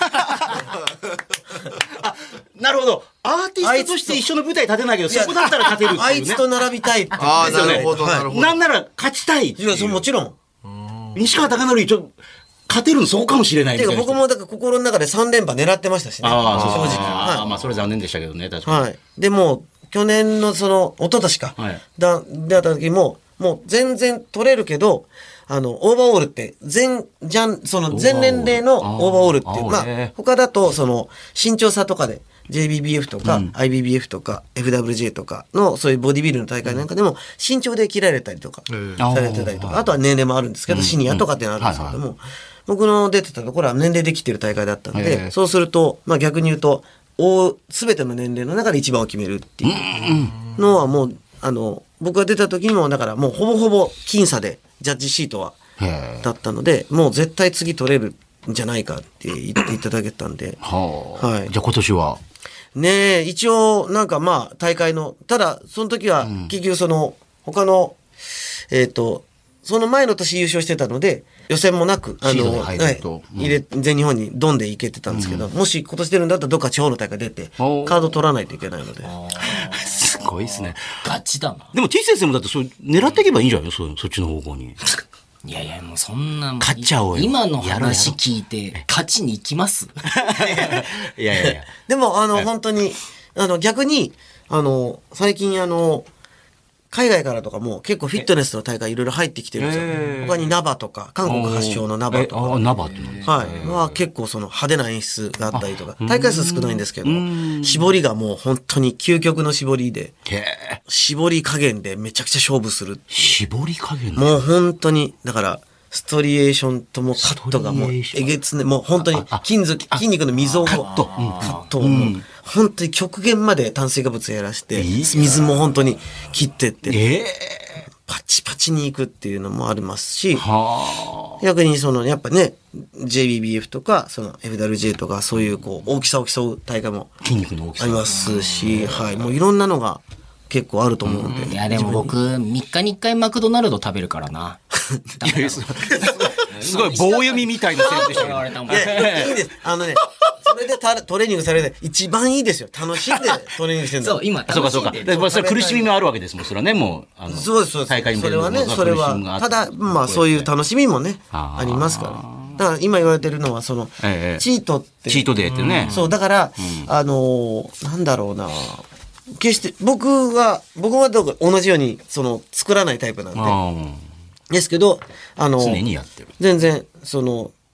あ、なるほど。アーティストとして一緒の舞台立てないけど、そこだったら勝てるっていうね。 あいつと並びたいって。 ああ、なるほど、なるほど。 なんなら勝ちたい。 いや、そう、もちろん。 西川貴教ちょっと勝てるのそうかもしれないみたいな。 てか僕もだから心の中でさん連覇狙ってましたしね。 ああ、 正直。 はい。まあそれ残念でしたけどね、確かに。 はい。でも、去年のその、一昨年か。はい。だ、出会った時も、もう全然取れるけど、あの、オーバーオールって、全、じゃん、その全年齢のオーバーオールっていう、まあ、他だと、その、身長差とかで、ジェイビービーエフ とか、うん、アイビービーエフ とか、エフダブリュージェー とかの、そういうボディビルの大会なんかでも、身長で切られたりとか、されてたりとか、あとは年齢もあるんですけど、シニアとかってのあるんですけども、僕の出てたところは年齢できてる大会だったんで、そうすると、まあ逆に言うと、すべての年齢の中で一番を決めるっていうのはもう、あの、僕が出た時にも、だからもうほぼほぼ僅差で、ジャッジシートは、だったので、もう絶対次取れるんじゃないかって言っていただけたんで。 はあ、はい。じゃあ今年はねえ、一応、なんかまあ、大会の、ただ、その時は、結局その、他の、えっと、その前の年優勝してたので、予選もなく、あの、はい、入れ、全日本にドンで行けてたんですけど、もし今年出るんだったらどっか地方の大会出て、カード取らないといけないので。 すごいですね。 ガチだな。 でも、T 先生もだってそう、狙っていけばいいんじゃないよ、そっちの方向に。 いやいや、もうそんな。 勝っちゃおうよ。 今の話聞いて、勝ちに行きますいやいやいや。 でも、あの、本当に、あの、逆に、あの、最近、あの、海外からとかも結構フィットネスの大会いろいろ入ってきてるんですよ。他にナバとか、韓国発祥のナバとか。 あ、ナバっていうのですか。はい。は結構その派手な演出があったりとか、大会数少ないんですけど、絞りがもう本当に究極の絞りで、絞り加減でめちゃくちゃ勝負する。 絞り加減もう本当に、だから、ストリエーションともカットがもうえげつね、もう本当に筋肉、筋肉の溝を、カット、カットをもう本当に極限まで炭水化物やらして、水も本当に切ってって、パチパチにいくっていうのもありますし、逆にそのやっぱね、ジェイビービーエフ とか、その エフダブリュージェー とかそういうこう大きさを競う大会もありますし、はい、もういろんなのが結構あると思うんで。 いやでも僕みっかにいっかいマクドナルド食べるからな。 いやすごい棒読みみたいなセリフでしたけど。 いやいいです。あのね、それでトレーニングされて一番いいですよ。楽しんでトレーニングしてるんだ。 そう今そうかそうか。それ苦しみもあるわけですもん。それはねもうあのそうですそうです。 大会に出るそれはねそれはただまあそういう楽しみもねありますから。だから今言われてるのはそのチートってチートデーってね。 そうだからあのなんだろうな。決して僕は僕は同じようにその作らないタイプなんでですけどあの常にやってる全然その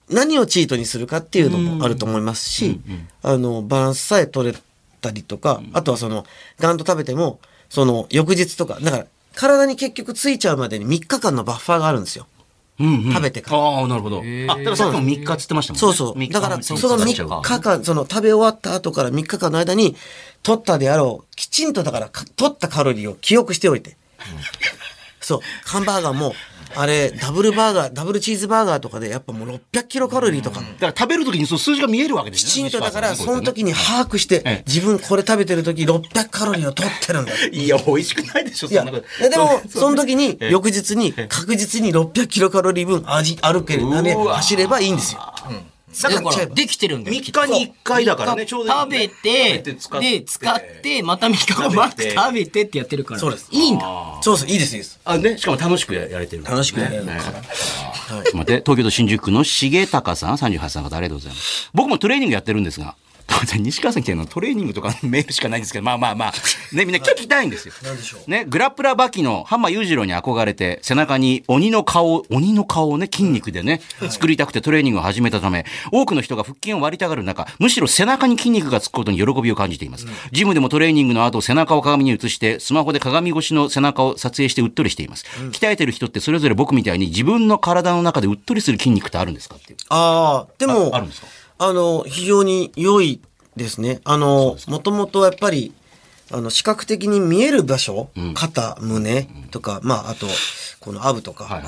何をチートにするかっていうのもあると思いますし、あの、バランスさえ取れたりとか、あとはその、ガンと食べても、その、翌日とか、だから、体に結局ついちゃうまでにみっかかんのバッファーがあるんですよ。 うんうん、 食べてから。 ああ、なるほど。あ、だからさっきもみっかっつってましたもんね。 そうそう。だから、そのみっかかん、その食べ終わった後からみっかかんの間に、取ったであろう、きちんとだから、取ったカロリーを記憶しておいて。うん、そう。ハンバーガーも、あれ、ダブルバーガー、ダブルチーズバーガーとかで、やっぱもうろっぴゃくキロカロリーとか。うん、 だから食べるときにその数字が見えるわけですね。きちんとだから、その時に把握して、ね、自分これ食べてる時ろっぴゃくカロリーを取ってるんだ。 いや、美味しくないでしょ、 いや、そんなこと。でも、その時に、翌日に確実にろっぴゃくキロカロリー分味、歩ける、ね、走ればいいんですよ。うん、 だからできてるんだよ。 みっかにいっかいだからね、ちょうど食べて、で、使って、またみっかごマック食べてってやってるから。 そうです。 いいんだ。 そうそう、いいです、いいです。 あ、ね、しかも楽しくやれてる。 楽しくやれるから。 ちょっと待って、東京都新宿区の重高さん、さんじゅうはっさいの方、ありがとうございます。僕もトレーニングやってるんですが、西川さん来てるのトレーニングとかのメールしかないんですけど、まあまあまあ、ね、みんな聞きたいんですよ。 何でしょう。 ね、グラップラーバキの浜裕次郎に憧れて、背中に鬼の顔、鬼の顔をね、筋肉でね、作りたくてトレーニングを始めたため、多くの人が腹筋を割りたがる中、むしろ背中に筋肉がつくことに喜びを感じています。うん、ジムでもトレーニングの後、背中を鏡に映して、スマホで鏡越しの背中を撮影してうっとりしています。うん、鍛えてる人ってそれぞれ僕みたいに自分の体の中でうっとりする筋肉ってあるんですかっていう。 ああ、でも、 あ、あるんですか？ あの、非常に良いですね。あの、もともとやっぱり、あの、視覚的に見える場所、うん、肩、胸とか、うん、まあ、あと、このアブとか、はいはい、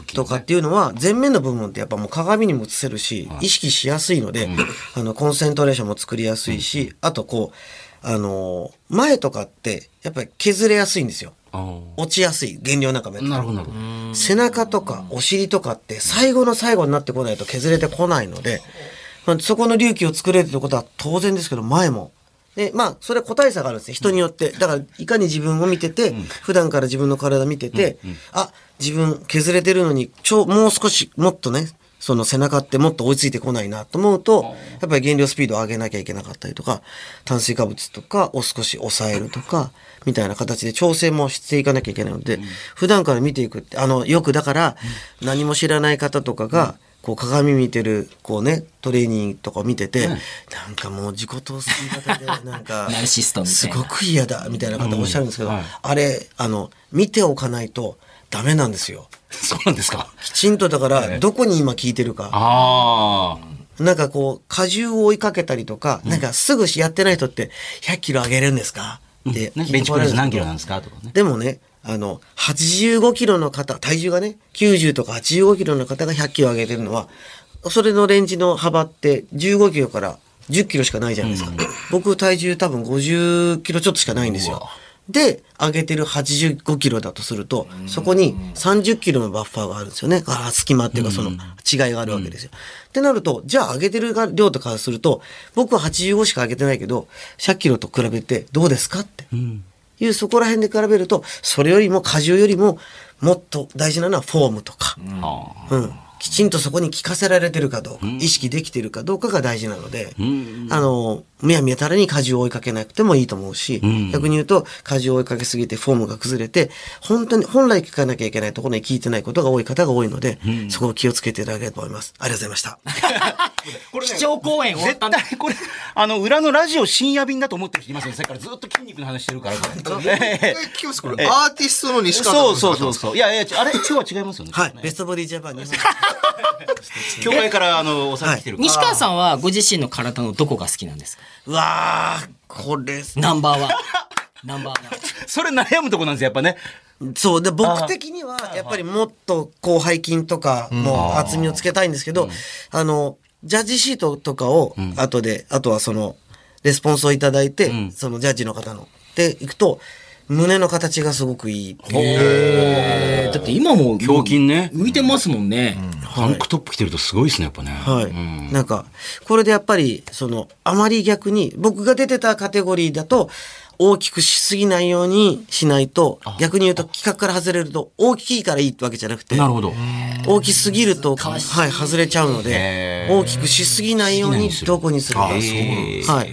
とかっていうのは、前面の部分ってやっぱもう鏡にも映せるし、はい、意識しやすいので、うん、あの、コンセントレーションも作りやすいし、うん、あとこう、あの、前とかって、やっぱり削れやすいんですよ。落ちやすい、減量なんかもやってなるほど。 背中とかお尻とかって最後の最後になってこないと削れてこないので、まあ、そこの隆起を作れるということは当然ですけど、前も。で、まあ、それは個体差があるんですね。人によって。だから、いかに自分を見てて、うん、普段から自分の体見てて、うんうん、あ、自分削れてるのに、ちょ、もう少し、もっとね、その背中ってもっと追いついてこないなと思うと、やっぱり減量スピードを上げなきゃいけなかったりとか、炭水化物とかを少し抑えるとか、みたいな形で調整もしていかなきゃいけないので、うん、普段から見ていくって、あの、よくだから、何も知らない方とかが、こう鏡見てる、こうね、トレーニングとか見てて、うん、なんかもう自己投資型で、なんか、 ナルシストみたいな。 すごく嫌だ、みたいな方おっしゃるんですけど、うんはい、あれ、あの、見ておかないとダメなんですよ。 そうなんですか。 きちんとだから、どこに今効いてるか。 ああ。なんかこう、荷重を追いかけたりとか、うん、なんかすぐやってない人ってひゃっキロ上げるんですかって、 うんね、ベンチプレス何キロなんですかとかね。 でもね、あの、はちじゅうごキロの方、体重がね、きゅうじゅうとかはちじゅうごキロの方がひゃっキロ上げてるのは、それのレンジの幅ってじゅうごキロからじゅっキロしかないじゃないですか。うん、僕体重多分ごじゅっキロちょっとしかないんですよ。で、上げてるはちじゅうごキロだとすると、そこにさんじゅっキロのバッファーがあるんですよね。あ隙間っていうかその違いがあるわけですよ。ってなると、じゃあ上げてる量とかすると、僕ははちじゅうごしか上げてないけど、ひゃっキロと比べてどうですかって。うんいうそこら辺で比べると、それよりも荷重よりももっと大事なのはフォームとか、うんうん、きちんとそこに効かせられてるかどうか、うん、意識できてるかどうかが大事なので、うん、あのむやみやたらに荷重を追いかけなくてもいいと思うし、うん、逆に言うと荷重を追いかけすぎてフォームが崩れて本当に本来効かなきゃいけないところに効いてないことが多い方が多いので、うん、そこを気をつけていただければと思います。ありがとうございました。 これ、ね、基調講演絶対これあの裏のラジオ深夜便だと思ってる人いますよね。さっきからずっと筋肉の話してるからこれ。 えー、聞きますこれ。アーティストの西川さん。 そうそうそうそう。いやいやあれ今日は違いますよね。 はい。ベストボディジャパンに。 協会からあのお酒来てるから。 西川さんはご自身の体のどこが好きなんですか。 うわーこれナンバーワン。ナンバーワン。 それ悩むとこなんですよやっぱね。 そうで僕的にはやっぱりもっとこう背筋とかも厚みをつけたいんですけど、うん、あのジャッジシートとかを後で、うん、あとはそのレスポンスをいただいて、うん、そのジャッジの方のでいくと胸の形がすごくいい。 へーだって今も胸筋ね浮いてますもんね、 うん、タンクトップ着てるとすごいですねやっぱね。 はい、うん、なんかこれでやっぱりそのあまり逆に僕が出てたカテゴリーだと大きくしすぎないようにしないと逆に言うと規格から外れると大きいからいいってわけじゃなくて、 なるほど大きすぎるとはい外れちゃうので大きくしすぎないようにどこにするか。 はい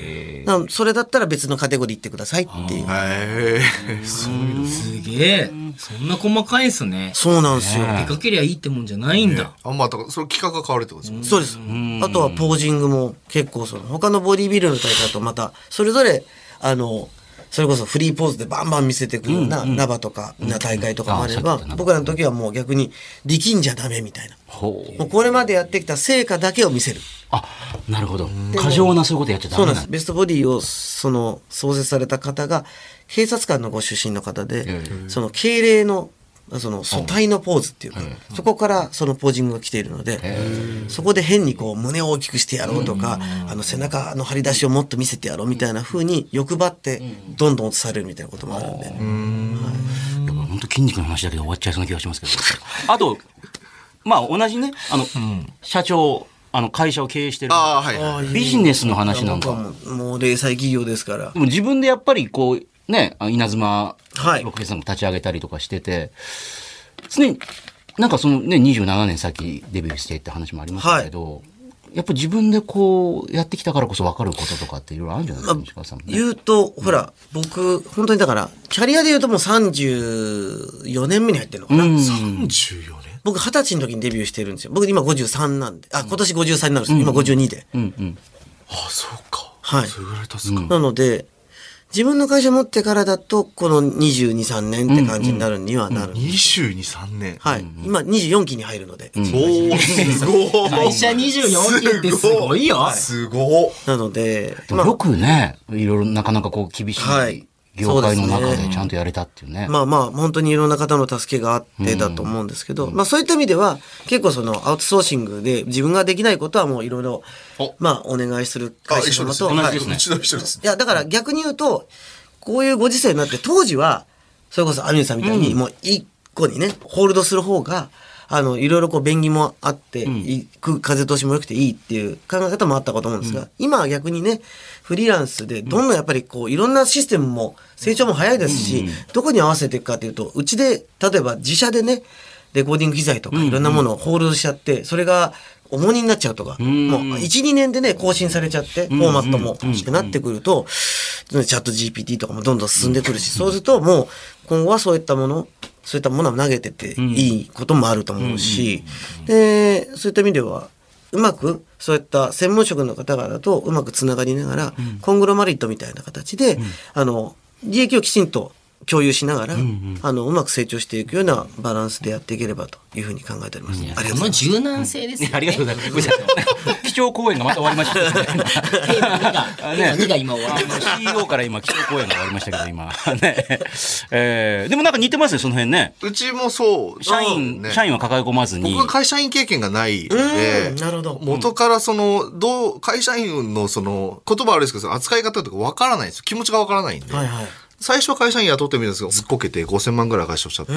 なそれだったら別のカテゴリー行ってくださいっていう。 へえ、そういうの。 すげえ。そんな細かいんすね。 そうなんですよ。 出かけりゃいいってもんじゃないんだ。 あ、まあ、だからそれ企画が変わるってことですもんね。 そうです。あとはポージングも結構その他のボディビルの大会とまたそれぞれあのそれこそフリーポーズでバンバン見せてくるようなナバとかな大会とかもあれば、僕らの時はもう逆に力んじゃダメみたいな。もうこれまでやってきた成果だけを見せる。 あ、なるほど。過剰なそういうことやっちゃダメそうなんです。ベストボディをその創設された方が警察官のご出身の方で、その敬礼のその素体のポーズっていうか、そこからそのポージングが来ているので、そこで変にこう胸を大きくしてやろうとか、あの背中の張り出しをもっと見せてやろうみたいな風に欲張ってどんどん落とされるみたいなこともあるんで、 本当筋肉の話だけで終わっちゃいそうな気がしますけど。あとまあ同じね、あの、社長あの会社を経営してる、 あ、はいはい、 ビジネスの話なんかもう零細企業ですから。 でも自分でやっぱりこうね、稲妻六平さんも立ち上げたりとかしてて、常になんかそのねにじゅうななねん先デビューしてって話もありましたけど、はい、やっぱ自分でこうやってきたからこそ分かることとかっていろいろあるんじゃないですか、西川さんもね。 言うと、ほら僕本当にだからキャリアで言うともうさんじゅうよねんめに入ってるのかな。 さんじゅうよねん。 僕二十歳の時にデビューしてるんですよ。僕今ごじゅうさんなんで、あ、今年ごじゅうさんになるんですよ。今ごじゅうにで。 うんうん。 あ、そうか。 はい。 それぐらい経つか。 なので、自分の会社持ってからだと、このにじゅうに、さんねんって感じになるにはなる。 にじゅうに、さんねん。 はい。今にじゅうよんきに入るので。 おー、すごい。 会社にじゅうよんきってすごいよ。 すごい。 なので、 よくね、いろいろなかなかこう厳しい業界の中でちゃんとやれたっていうね。 まあまあ、本当にいろんな方の助けがあってだと思うんですけど、まあそういった意味では、結構そのアウトソーシングで自分ができないことはもういろいろ、まあお願いする会社様と。 同じですね。一度一緒です。 いや、だから逆に言うと、こういうご時世になって、当時は、それこそアミューさんみたいに、もう一個にね、ホールドする方が、あの、いろいろこう、便宜もあって、うん、風通しも良くていいっていう考え方もあったかと思うんですが、うん、今は逆にね、フリーランスで、どんどんやっぱりこう、いろんなシステムも、成長も早いですし、うん、どこに合わせていくかというと、うちで、例えば自社でね、レコーディング機材とかいろんなものをホールドしちゃって、それが重荷になっちゃうとか、もういち、にねんでね、更新されちゃって、フォーマットもってなってくると、チャット ジーピーティー とかもどんどん進んでくるし、そうするともう今後はそういったもの、そういったものを投げてっていいこともあると思うし、で、そういった意味では、うまくそういった専門職の方々とうまくつながりながら、コングロマリットみたいな形で、あの、利益をきちんと共有しながら、うんうん、あのうまく成長していくようなバランスでやっていければというふうに考えております。 ありがとうございます。柔軟性ですよね。 ありがとうございます。基調講演がまた終わりましたね。 テーマがにが今終わりました。 シーイーオー から今基調講演が終わりましたけど今ね、えー、でもなんか似てますねその辺ね。 うちもそう。 社員、ね、社員は抱え込まずに。 僕は会社員経験がないので、 なるほど。 元からそのどう会社員のその言葉はあれですけど扱い方とかわからないんですよ。気持ちがわからないんで。はいはい。最初は会社員雇ってみるんですけど、ずっこけてごせんまんぐらい会社をしちゃっちゃって、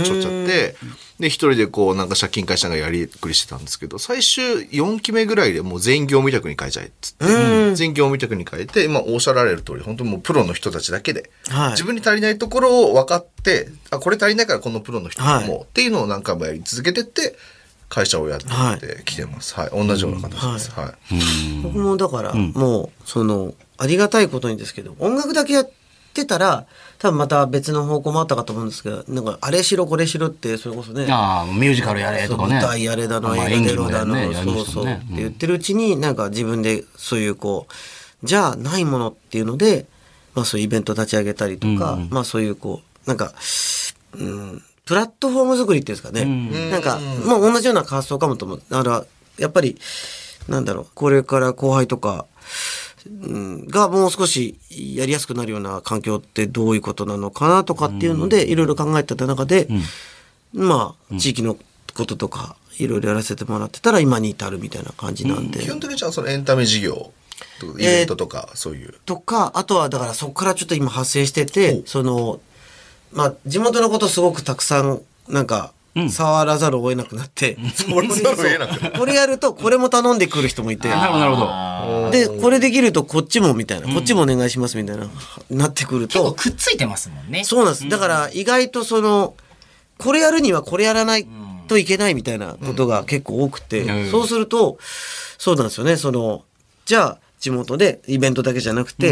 で、一人でこうなんか借金返しながらやりくりしてたんですけど、最終よんきめぐらいでもう全業務委託に変えちゃえっつって、全業務委託に変えて、今おっしゃられる通り、本当にもうプロの人たちだけで、はい、自分に足りないところを分かって、あ、これ足りないからこのプロの人も、はい、っていうのを何回もやり続けてって、会社をやってきてます。はい。同じような形です。はい。 僕もだから、もう、その、ありがたいことにですけど、音楽だけやって、ってたら多分また別の方向もあったかと思うんですけど、なんかあれしろこれしろってそれこそね、 ああミュージカルやれとかね、 舞台やれだの、映画出ろだの、ね、そうそう、ね、って言ってるうちになんか自分でそういうこうじゃあないものっていうので、まあそういうイベント立ち上げたりとか、うんうん、まあそういうこうなんか、うん、プラットフォーム作りっていうんですかね、うん、なんかまあ同じような発想かもと思う。だからやっぱりなんだろう、これから後輩とかがもう少しやりやすくなるような環境ってどういうことなのかなとかっていうのでいろいろ考えてた中で、うん、まあ地域のこととかいろいろやらせてもらってたら今に至るみたいな感じなんで、うん、 基本的にじゃあそのエンタメ事業イベントとか、えー、そういうとか、あとはだからそこからちょっと今発生してて、そのまあ地元のことすごくたくさんなんか触らざるを得なくなって、 触らざるを得なくなって、 これやるとこれも頼んでくる人もいて、 なるほどなるほど、でこれできるとこっちもみたいな、こっちもお願いしますみたいななってくると結構くっついてますもんね。 そうなんです。だから意外とそのこれやるにはこれやらないといけないみたいなことが結構多くて、そうするとそうなんですよね。そのじゃあ地元でイベントだけじゃなくて、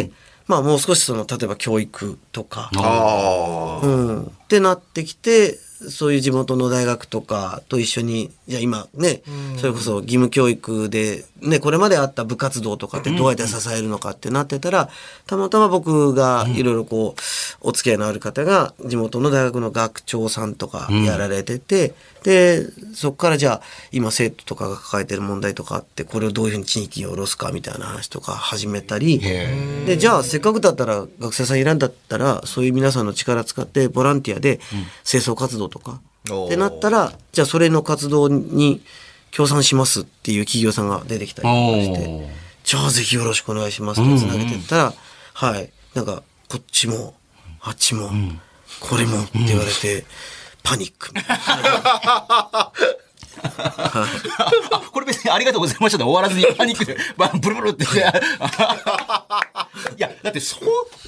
まあもう少しその例えば教育とか、 ああ、 うん、ってなってきて、そういう地元の大学とかと一緒に、じゃあ今ね、それこそ義務教育で、ね、これまであった部活動とかってどうやって支えるのかってなってたら、たまたま僕がいろいろこう、お付き合いのある方が地元の大学の学長さんとかやられてて、で、そこからじゃあ今生徒とかが抱えてる問題とかあって、これをどういうふうに地域に下ろすかみたいな話とか始めたり、で、じゃあせっかくだったら学生さんいらんだったら、そういう皆さんの力使ってボランティアで清掃活動とか、ってなったら、じゃあそれの活動に協賛しますっていう企業さんが出てきたりとかして、じゃあぜひよろしくお願いしますってつなげていったら、はい、なんかこっちも、あっちも、これもって言われて、パニック。 これ別にありがとうございましたで終わらずにパニックで、ブルブルって。いや、だってそう、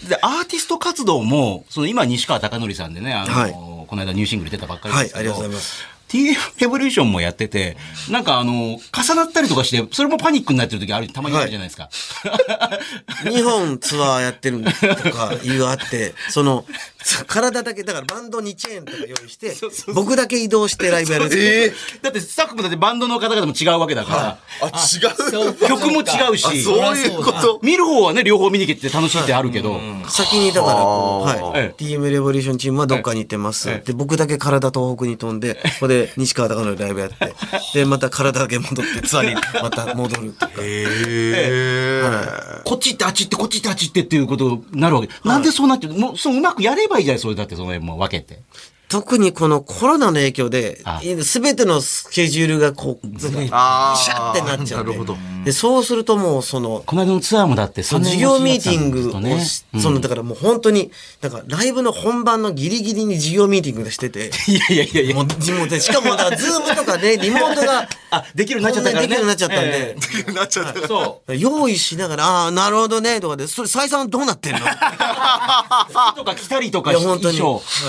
でアーティスト活動も、その今西川貴教さんでね、あの、はい、この間ニューシングル出たばっかりですけど、 はい、ありがとうございます。 ティーエム レボリューションもやってて、なんかあの、重なったりとかして、それもパニックになってる時ある、たまにあるじゃないですか。 はい、日本ツアーやってるとかいうあって、その、体だけ、だからバンドにチェーンとか用意して、そうそうそう、僕だけ移動してライブやるんです、 えー、だってスタッフもだってバンドの方々も違うわけだから。 はい、あ、違う曲も違うし。 そういうこと。 見る方はね、両方見に行けて楽しいってあるけど。はい、 先にだからこう、はい。ティーエム レボリューションチームはどっかに行ってます。で、僕だけ体東北に飛んで、ここで西川貴教のライブやって、で、また体だけ戻ってツアーにまた戻るとか。 へー。はい、こっち行ってあっち行ってこっち行ってあっち行ってっていうことになるわけ。はい、なんでそうなってる、もう、そううまくやればいいじゃない、それだってその辺も分けて。 特にこのコロナの影響で、すべてのスケジュールがこう、シャってなっちゃうんで。なるほど。で、そうするともうその、 この間のツアーもだって、 その事業ミーティングを、ね、うん、その、だからもう本当に、なんかライブの本番のギリギリに事業ミーティングでしてて。 いやいやいやいや。 もう地元で、しかもだからズームとかね、リモートが、 あ、できるようになっちゃったからね。 できるようになっちゃったんで。 できるようになっちゃったから。 そう。 用意しながら、ああ、なるほどね、とかで、それ、採算どうなってんのとか来たりとかして。 いや、本当に。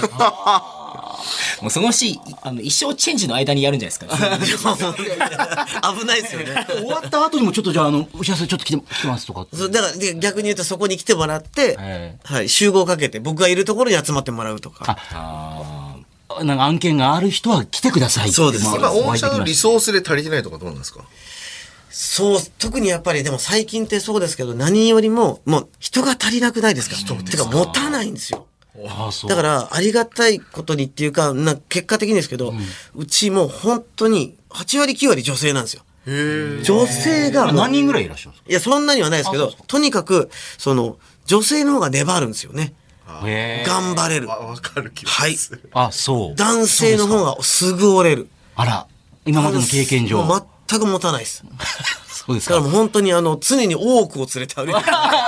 もうそのシーン、あの、衣装チェンジの間にやるんじゃないですか。 危ないですよね。 終わった後にもちょっとじゃあ、あの、お知らせちょっと来て、来てますとか。 そう、だから、逆に言うとそこに来てもらって、はい、集合かけて、僕がいるところに集まってもらうとか。 ああ。なんか案件がある人は来てください。 そうです。 今、御社のリソースで足りてないとかどうなんですか？ そう、特にやっぱり、でも最近ってそうですけど、何よりも、もう人が足りなくないですか？人ってか、持たないんですよ。だからありがたいことにっていうか、な結果的にですけど、うん、うちもう本当にはちわりきゅうわり女性なんですよ。女性が何人ぐらいいらっしゃるんですか？ いや、そんなにはないですけど、とにかくその女性の方が粘るんですよね。頑張れる。 わかる気がする。 はい。あ、そう。 男性の方がすぐ折れる。 あら、今までの経験上。 全く持たないです。 そうですか。 だからもう本当にあの、常に多くを連れて歩いてる。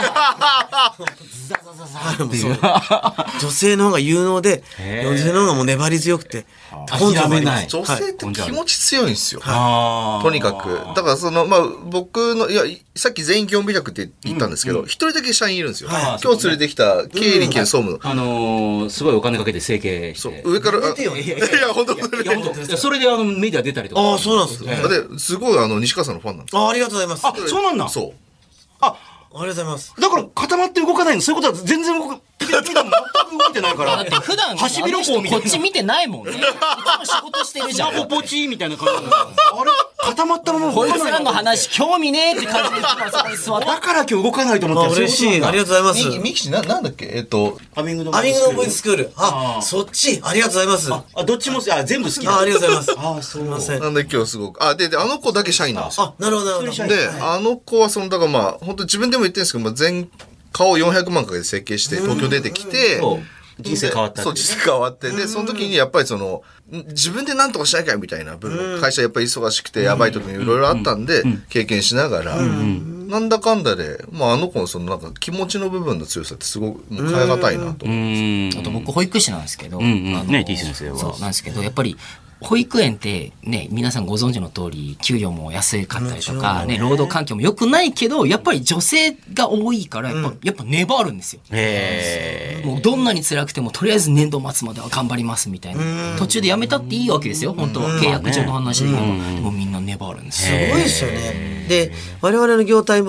女性の方が有能で、女性の方がもう粘り強くて、 諦めない。 女性って気持ち強いんですよ。はい、とにかく。だからその、まあ、僕の、いや、さっき全員業務委託って言ったんですけど、一、うん、人だけ社員いるんですよ。はい、今日連れてきた経理兼総務の。 あのー、すごいお金かけて整形して。そう。 上から、いや、本当に。それであの、メディア出たりとか。 ああ、そうなんですね。 で、すごいあの、西川さんのファンなんですよ。 ああ、ありがとうございます。 あ、そうなんだ。 そう。 あ、 ありがとうございます。 だから固まって動かないの。そういうことは全然動く。全く動いてないから。 だって普段、 ハシビロコウみたいな。 こっち見てないもんね。いつも仕事してるじゃん。 スマホポチみたいな感じ。あれ固まったまま動かない。 こいつらの話興味ねえって感じでいつもそこに座って。 だから今日動かないと思って。 嬉しい。ありがとうございます。 ミキシな、なんだっけえっと、 アミングのボイススクール。あ、そっち。ありがとうございます。 あ、どっちも、あ、全部好きだ。 あ、ありがとうございます。 あ、すいません。 なんで今日すごく。あ、で、で、あの子だけ社員なんですよ。 あ、なるほど、なるほど。 で、あの子はその、だからまあ、本当自分でも言ってるんですけど、まあ、全、顔よんひゃくまんかけて設計して東京出てきて、 人生変わった。 そう、人生変わって。で、その時にやっぱりその、自分で何とかしなきゃみたいな部分、会社やっぱり忙しくてやばい時にいろいろあったんで、経験しながら、なんだかんだで、まああの子のそのなんか気持ちの部分の強さってすごく変え難いなと思って。 あと僕保育士なんですけど、 ね、T 先生は。 そうなんですけど、やっぱり、保育園ってね、皆さんご存知の通り、給与も安かったりとか、ね、労働環境も良くないけど、やっぱり女性が多いから、やっぱ、うん、やっぱ粘るんですよ。へー。もうどんなに辛くても、とりあえず年度末までは頑張りますみたいな。途中で辞めたっていいわけですよ、本当契約上の話で言えば。でもみんな粘るんですよ。すごいですよね。で、我々の業態も、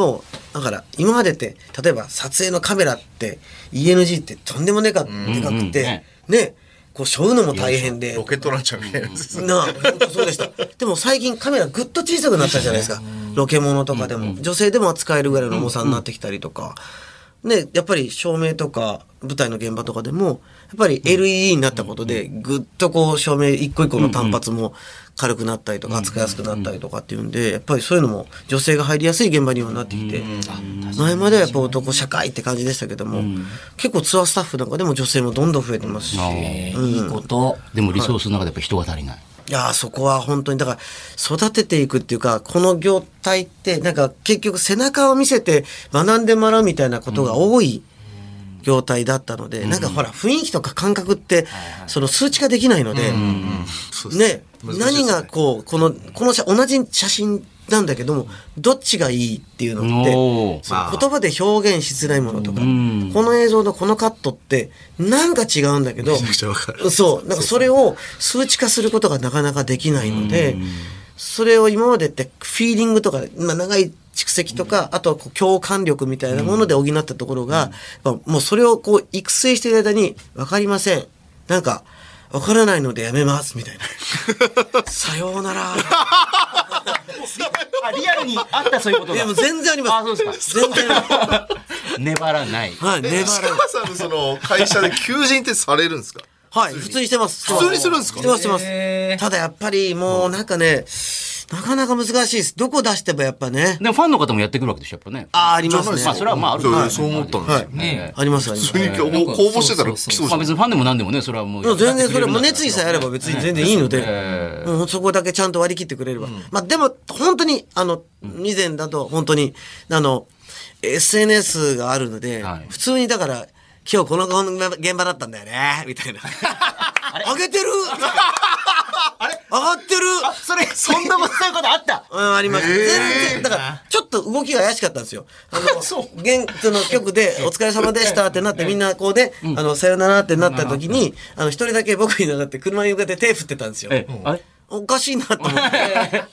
だから今までって例えば撮影のカメラって イーエヌジー ってとんでもねかでかくて、ね、ねこう背負うのも大変でロケットランチャーみたいなやつなあ本当そうでしたでも最近カメラぐっと小さくなったじゃないですかロケモノとかでも女性でも扱えるぐらいの重さになってきたりとかねやっぱり照明とか舞台の現場とかでもやっぱり エルイーディー になったことでぐっとこう照明一個一個の単発も軽くなったりとか扱いやすくなったりとかっていうんでやっぱりそういうのも女性が入りやすい現場にはなってきて前まではやっぱ男社会って感じでしたけども結構ツアースタッフなんかでも女性もどんどん増えてますし、うん、 いいことでもリソースの中でやっぱ人が足りない、 いやそこは本当にだから育てていくっていうかこの業態ってなんか結局背中を見せて学んでもらうみたいなことが多い業態だったので、うん、なんかほら雰囲気とか感覚ってその数値化できないので、うんうん、ね何がこうこのこの同じ写真なんだけどもどっちがいいっていうのってその言葉で表現しづらいものとか、うん、この映像のこのカットってなんか違うんだけどそうなんかそれを数値化することがなかなかできないので、うん、それを今までってフィーリングとか、まあ、長い蓄積とか、あとはこう共感力みたいなもので補ったところが、うん、もうそれをこう育成している間に分かりませんなんか分からないのでやめますみたいなさようならあリアルにあったそういうことがいやもう全然ありますあそうですか全然粘らないはい粘らない石川さんのその会社で求人ってされるんですかはい普通にしてます普通にするんですかしてますしてますただやっぱりもうなんかね、なかなか難しいです。どこ出してもやっぱね。 でもファンの方もやってくるわけでしょ、やっぱね。 ああ、ありますね。 まあ、それはまあある、 はい、そう思ったんですよ。はいね、あります、あります。 普通に公募してたら来そうじゃん。 まあ別にファンでも何でもね、それはもう。 全然それも熱意さえあれば別に全然いいので、えー、もうそこだけちゃんと割り切ってくれれば。うん、まあでも、本当に、あの、以前だと本当に、あの、エスエヌエス があるので、はい、普通にだから、今日この現場だったんだよね、みたいな。上げてるあれ上がってるあ、それ、そんなそういうことあったうん、あります。全然、だから、ちょっと動きが怪しかったんですよ。あの、そう。現、その局で、お疲れ様でしたってなって、みんなこうで、あの、さよならってなった時に、あの、一人だけ僕になって車に向かって手振ってたんですよ。あれおかしいなと思って。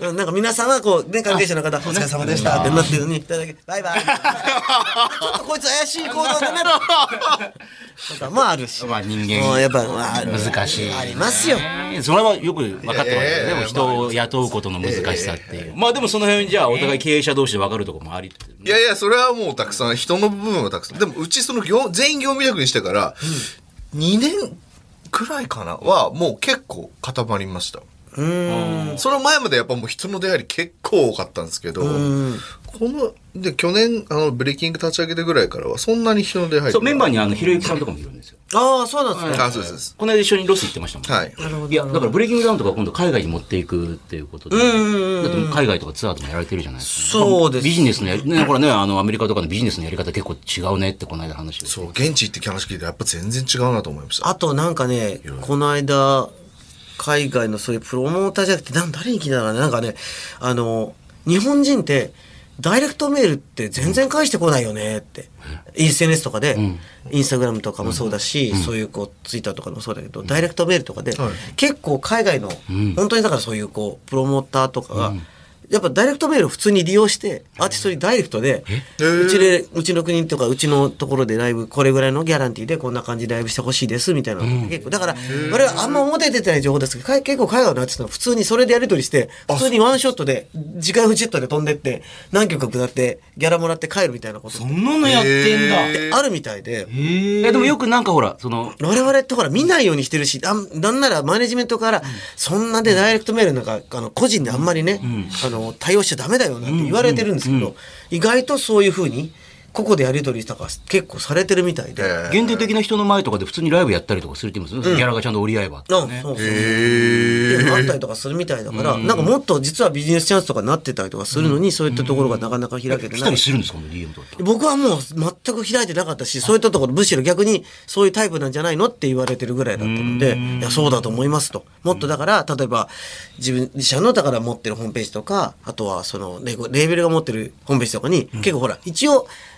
なんか皆さんはこう、ね、関係者の方、お疲れ様でしたってなってるのに、一人だけ、バイバイ。ちょっとこいつ怪しい行動だね。とかもあるし。 まあ人間。 やっぱ、まあ、 難しい。 ありますよ。 それはよく分かってますよね。でも人を雇うことの難しさっていう。まあでもその辺じゃあお互い経営者同士で分かるところもあり。 いやいや、それはもうたくさん、人の部分はたくさん。でもうちその業、全員業務委託にしてから、にねんくらいかなは、もう結構固まりました。うんその前までやっぱもう人の出会い結構多かったんですけど、こので去年あのブレイキング立ち上げてぐらいからはそんなに人の出会いそうメンバーにあのひろゆきさんとかもいるんですよ。 ああそうなんですね。 あそうです。 この間一緒にロス行ってましたもん。 はい。 いやだからブレイキングダウンとか今度海外に持っていくっていうことで、だって海外とかツアーとかやられてるじゃないですか。 そうです。 ビジネスのやりねこれねあのアメリカとかのビジネスのやり方結構違うねってこの間話して。 そう現地行って話聞いてやっぱ全然違うなと思いました。 あとなんかねこの間。海外のそういうプロモーターじゃなくて誰に聞いたらねなんかねあの日本人ってダイレクトメールって全然返してこないよねって エスエヌエス とかで、うん、インスタグラムとかもそうだし、うん、そういうこうツイッターとかもそうだけど、うん、ダイレクトメールとかで、はい、結構海外の、うん、本当にだからそういうこうプロモーターとかが、うんやっぱダイレクトメールを普通に利用してアーティストにダイレクトでうちでうちの国とかうちのところでライブこれぐらいのギャランティーでこんな感じでライブしてほしいですみたいな、うん、結構だから我々あんま表出てない情報ですけど結構海外のアーティストは普通にそれでやり取りして普通にワンショットで自家用ジェットで飛んでって何曲か下ってギャラもらって帰るみたいなことそんなのやってんだってあるみたいでえでもよくなんかほらその我々ってほら見ないようにしてるしあなんならマネジメントからそんなでダイレクトメールなんかあの個人であんまりね、うん、あの対応しちゃダメだよなって言われてるんですけど、うんうんうん、意外とそういう風にここでやり取りしたか結構されてるみたいで、えー、限定的な人の前とかで普通にライブやったりとかするって言いますね、うん、ギャラがちゃんと折り合えばって、ね、 うん、そうそうそう、えー、あったりとかするみたいだから、うん、なんかもっと実はビジネスチャンスとかなってたりとかするのに、うん、そういったところがなかなか開けてない。 来たりするんですか ディーエム とか。 僕はもう全く開いてなかったしそういったところむしろ逆にそういうタイプなんじゃないのって言われてるぐらいだったので、いやそうだと思いますと。もっとだから例えば自分自社のだから持ってるホームページとかあとはそのレーベルが持ってるホームページとかに、うん、結構ほら一応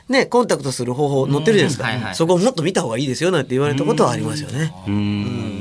ね、コンタクトする方法載ってるじゃないですか、 はいはい、 そこをもっと見た方がいいですよなんて言われたことはありますよね。うん、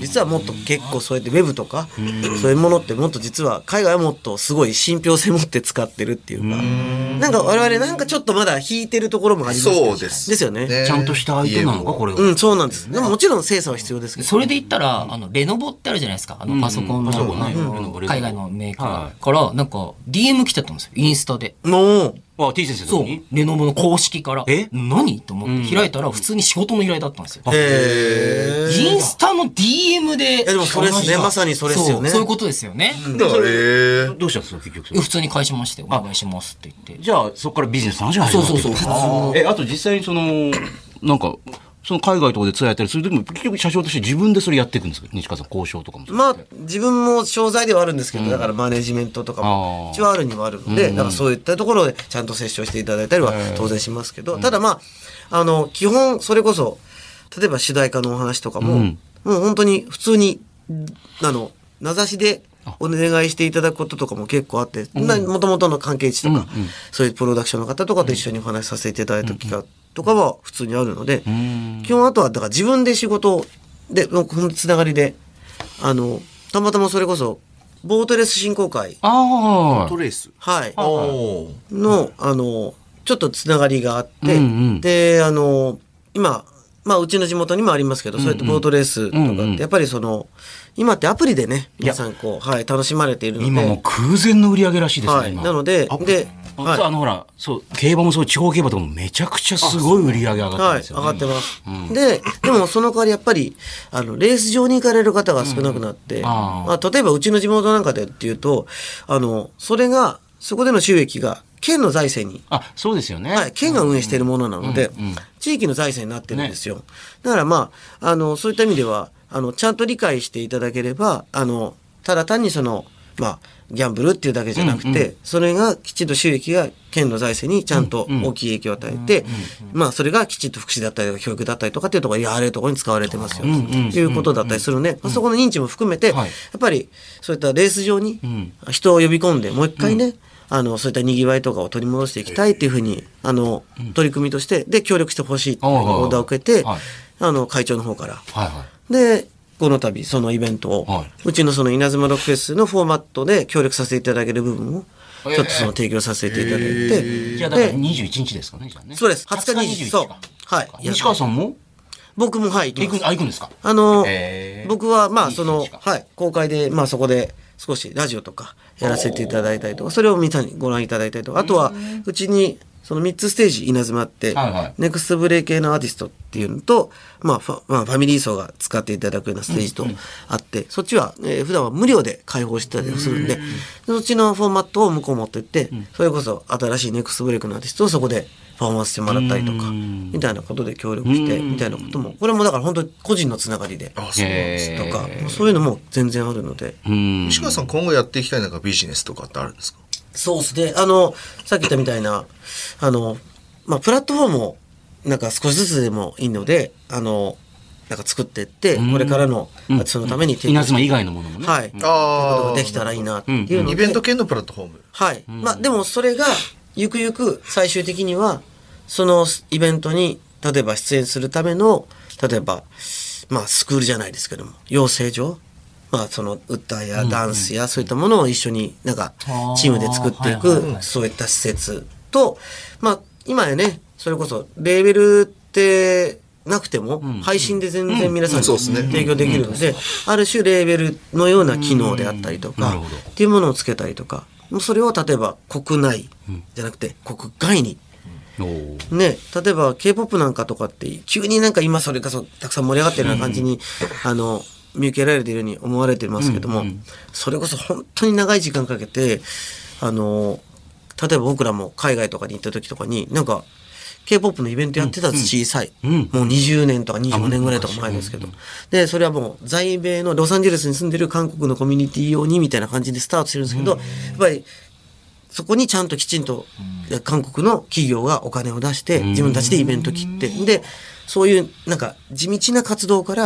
実はもっと結構そうやってウェブとかそういうものってもっと実は海外はもっとすごい信憑性持って使ってるっていうか、なんか我々なんかちょっとまだ引いてるところもありますけど、 そうですですよね。 ちゃんとした相手なのかこれは。 うん、そうなんです。でももちろん精査は必要ですけど、 それで言ったらあのレノボってあるじゃないですか、あのパソコンの、うんうん、海外のメーカーからなんか ディーエム 来ちゃったんですよ、インスタで。 もうあ、T 先生そう、レノボの公式から。 え何と思って開いたら普通に仕事の依頼だったんですよ。 へインスタの ディーエム で。 いやでもそれですね、まさにそれですよね。 そう、そういうことですよね。 だから、えー、 どうしたんですか結局それ。 普通に返しましてお願いしますって言って。 じゃあそこからビジネスの話が始まる。 そうそうそう。 あえ、あと実際にその、なんか、その海外とかでツアーやったりする時も結局社長として自分でそれやっていくんですか、西川さん。交渉とかも。 まあ自分も商材ではあるんですけど、うん、だからマネジメントとかも一応あるにはあるので、うん、だからそういったところでちゃんと接触していただいたりは当然しますけど、ただまああの基本それこそ例えば主題歌のお話とかも、うん、もう本当に普通にあの名指しでお願いしていただくこととかも結構あって、もともとの関係値とか、うんうん、そういうプロダクションの方とかと一緒にお話しさせていただいた機会とかは普通にあるので、うん、基本あとはだから自分で仕事でこのつながりであのたまたまそれこそボートレース振興会あボートレースはいのあのちょっとつながりがあって、うんうん、であの今まあうちの地元にもありますけど、うんうん、そうやってボートレースとかってやっぱりその今ってアプリでね皆さんこう、はい、楽しまれているので今もう空前の売り上げらしいですね、 はい、なのでではい、あのほらそう競馬もそう地方競馬とかもめちゃくちゃすごい売り上げ上がってますよね、 はい、上がってます、うん、ででもその代わりやっぱりあのレース場に行かれる方が少なくなって、うん、あまあ、例えばうちの地元なんかでっていうとあのそれがそこでの収益が県の財政にあそうですよね、 はい、県が運営しているものなので、うんうん、地域の財政になってるんですよ、ね、だからまああのそういった意味ではあのちゃんと理解していただければあのただ単にそのまあギャンブルっていうだけじゃなくて、うんうん、それがきちんと収益が県の財政にちゃんと大きい影響を与えて、うんうん、まあそれがきちんと福祉だったりとか教育だったりとかっていうところやれるところに使われてますよ、うんうん、ということだったりするので、まあ、そこの認知も含めて、はい、やっぱりそういったレース場に人を呼び込んでもう一回ね、うん、あのそういったにぎわいとかを取り戻していきたいっていうふうにあの取り組みとしてで協力してほしいっていうオーダーを受けて、はい、あの会長の方から、はいはい、でこの度そのイベントを、はい、うちのその稲妻ロックフェスのフォーマットで協力させていただける部分をちょっとその提供させていただいて、えー、じゃあだからにじゅういちにちですかね、じゃあね。 そうです。はつかにじゅういちそうはい。 西川さんも僕もはい行くあ行くんですか。 あの、えー、僕はまあそのはい公開でまあそこで少しラジオとかやらせていただいたりとかそれを皆さんにご覧いただいたりとかあとはうちにそのみっつステージ稲妻って、はいはい、ネクストブレイ系のアーティストっていうのと、まあファ、まあ、ファミリー層が使っていただくようなステージとあって、うんうん、そっちは、えー、普段は無料で開放してたりするんで、うんうん、そっちのフォーマットを向こう持ってって、うん、それこそ新しいネクストブレイクのアーティストをそこでパフォーマンスしてもらったりとか、うん、みたいなことで協力して、うん、みたいなこともこれもだから本当に個人のつながりでとかそういうのも全然あるので。 西川さん今後やっていきたいなんかビジネスとかってあるんですか。 そうですね。あのさっき言ったみたいなあのまあ、プラットフォームをなんか少しずつでもいいのであのなんか作っていってこれからの、うん、そのために提供稲妻以外のものもねはい、うん、あことができたらいいなっていうので、うん、 イベント系のプラットフォームはい、うん、まあでもそれがゆくゆく最終的にはそのイベントに例えば出演するための例えばまあスクールじゃないですけども養成所まあその歌やダンスやそういったものを一緒になんかチームで作っていくそういった施設とまあ今やねそれこそレーベルってなくても配信で全然皆さんに提供できるのである種レーベルのような機能であったりとかっていうものをつけたりとかそれを例えば国内じゃなくて国外にね例えば K-ポップ なんかとかって急になんか今それこそたくさん盛り上がってるような感じにあの見受けられているように思われてますけどもそれこそ本当に長い時間かけてあの例えば僕らも海外とかに行った時とかになんか K-ポップ のイベントやってたんです、小さい、うん、もうにじゅうねんとかにじゅうごねんぐらいとか前ですけど、でそれはもう在米のロサンゼルスに住んでる韓国のコミュニティ用にみたいな感じでスタートしてるんですけど、やっぱりそこにちゃんときちんと韓国の企業がお金を出して自分たちでイベント切ってでそういうなんか地道な活動から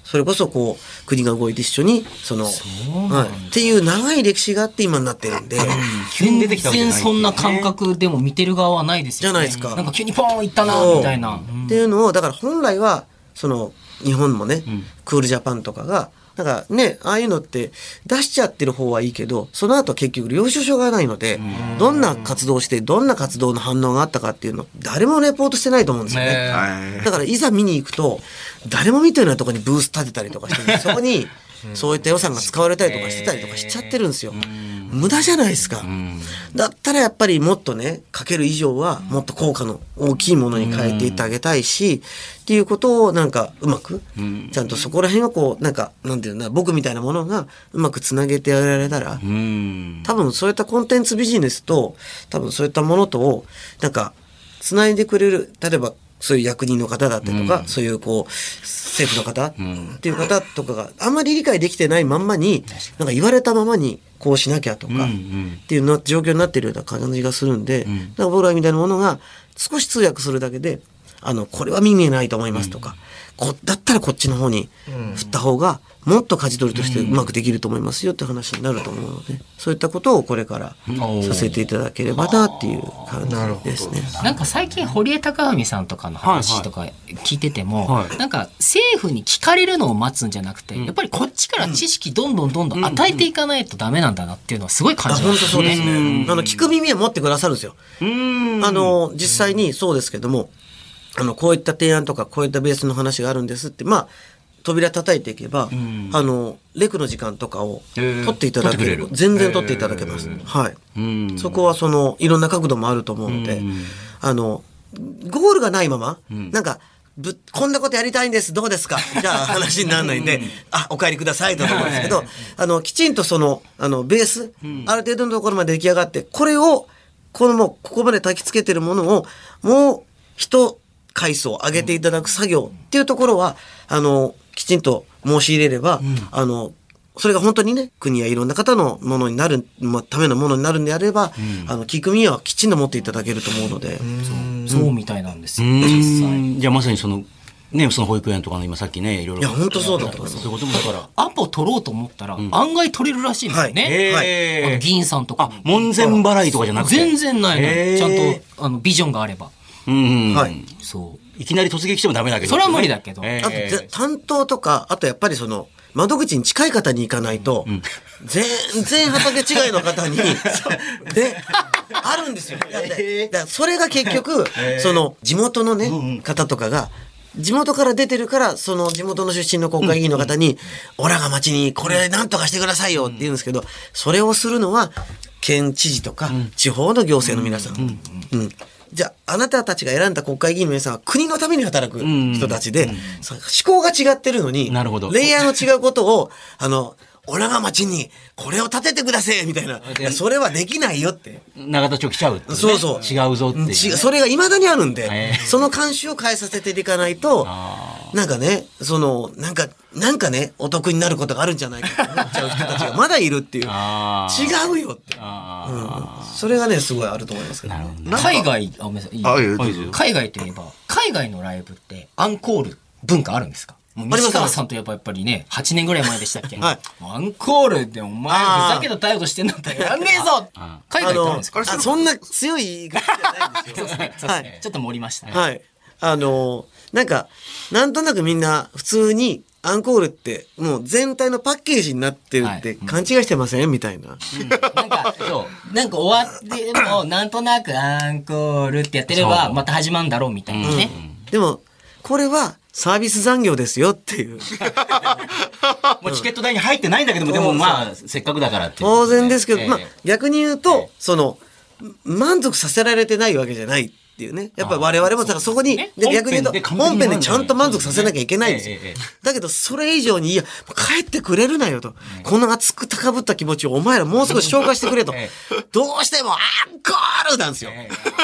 それこそこう国が動いて一緒にそのはい、っていう長い歴史があって今になってるんで、 急に出てきたわけじゃない、全然そんな感覚でも見てる側はないですよね。 じゃないですか。 なんか急にポーンいったなみたいな、 っていうのをだから本来はその日本もね、うん、クールジャパンとかがなんかね、ああいうのって出しちゃってる方はいいけど、その後結局領収書がないので、どんな活動をしてどんな活動の反応があったかっていうの誰もレポートしてないと思うんですよね。だからいざ見に行くと誰も見てるようなところにブース立てたりとかして、そこにそういった予算が使われたりとかしてたりとかしちゃってるんですよ。無駄じゃないですか。だったらやっぱりもっとね、かける以上はもっと効果の大きいものに変えていってあげたいし、っていうことをなんかうまく、ちゃんとそこら辺はこう、なんか、なんていうの、僕みたいなものがうまくつなげてやられたら、多分そういったコンテンツビジネスと、多分そういったものとを、なんか、つないでくれる、例えば、そういう役人の方だったりとか、うん、そういうこう政府の方、うん、っていう方とかがあんまり理解できてないまんまになんか言われたままにこうしなきゃとかっていうの状況になっているような感じがするんで、うん、だから僕らみたいなものが少し通訳するだけであのこれは耳ないと思いますとか、うん、こだったらこっちの方に振った方がもっと舵取りとしてうまくできると思いますよって話になると思うので、そういったことをこれからさせていただければなっていう感じですね。 なんか最近堀江貴文さんとかの話とか聞いてても、はいはい、なんか政府に聞かれるのを待つんじゃなくて、うん、やっぱりこっちから知識どんどんどんどん与えていかないとダメなんだなっていうのはすごい感じます。 本当そうですね。あの聞く耳を持ってくださるんですよ。あの実際にそうですけども、あのこういった提案とかこういったベースの話があるんですってまあ扉叩いていけば、うん、あのレクの時間とかを取っていただける、全然取っていただけます、はい、うん、そこはそのいろんな角度もあると思うので、うん、あのゴールがないまま、うん、なんかぶこんなことやりたいんですどうですかじゃあ話にならないんであお帰りくださいと思うんですけどあのきちんとそのあのベース、うん、ある程度のところまで出来上がってこれをこのもうここまで焚き付けてるものをもう一階層上げていただく作業っていうところはあのきちんと申し入れれば、うん、あのそれが本当にね国やいろんな方のものになる、まあ、ためのものになるんであれば、うん、あの聞く耳はきちんと持っていただけると思うので、 そう、そうみたいなんですよ実際。 じゃあまさにそのね、その保育園とかの今さっきねいろいろいや本当そうだと思います。 そういうこともだからアポ取ろうと思ったら、うん、案外取れるらしいんですよね、はいはい、あの議員さんとかあ門前払いとかじゃなくて全然ないのちゃんとあのビジョンがあれば、 うん、 はい、 そういきなり突撃してもダメだけど、 それは無理だけど、 えー、あと担当とかあとやっぱりその窓口に近い方に行かないと、うん、全然畑違いの方にであるんですよ。だってだそれが結局、えー、その地元のね、うんうん、方とかが地元から出てるからその地元の出身の国会議員の方に、うんうん、オラが町にこれなんとかしてくださいよって言うんですけど、それをするのは県知事とか、うん、地方の行政の皆さん、うんうんうん、じゃああなたたちが選んだ国会議員の皆さんは国のために働く人たちで、うんうん、思考が違ってるのになるほどレイヤーの違うことをあのオラが町にこれを立ててくださいみたいな、いやそれはできないよって永田町来ちゃうって、ね、 そうそう違うぞっていう、ね、 それが未だにあるんで、えー、その慣習を変えさせていかないとなんかねそのなんかなんかねお得になることがあるんじゃないかと思っちゃう人たちがまだいるっていう違うよって、うん、それがねすごいあると思いますけど、ね、 海外あごめんなさいいい海外といえば海外のライブってアンコール文化あるんですか？もう西川さんとやっぱやっぱりねはちねんぐらい前でしたっけ、はい、アンコールってお前ふざけた態度してんだったらやんねえぞ海外ってあるんですか？ あそんな強い言い方じゃないんですよね、 はい、ちょっと盛りましたね。 はいあのなんかなんとなくみんな普通にアンコールってもう全体のパッケージになってるって勘違いしてません、うん、みたいな、うん、 なんかそうなんか終わってもなんとなくアンコールってやってればまた始まるんだろうみたいなね、 うん、でもこれはサービス残業ですよっていうもうチケット代に入ってないんだけども、でもまあせっかくだからっていう、 当然ですけど、えー、まあ逆に言うと、えー、その満足させられてないわけじゃないっていうね。やっぱり我々もだからそこに逆に言うと本編でちゃんと満足させなきゃいけないんですよ。だけどそれ以上にいや帰ってくれるなよと、この熱く高ぶった気持ちをお前らもう少し消化してくれと、どうしてもアンコールなんですよ。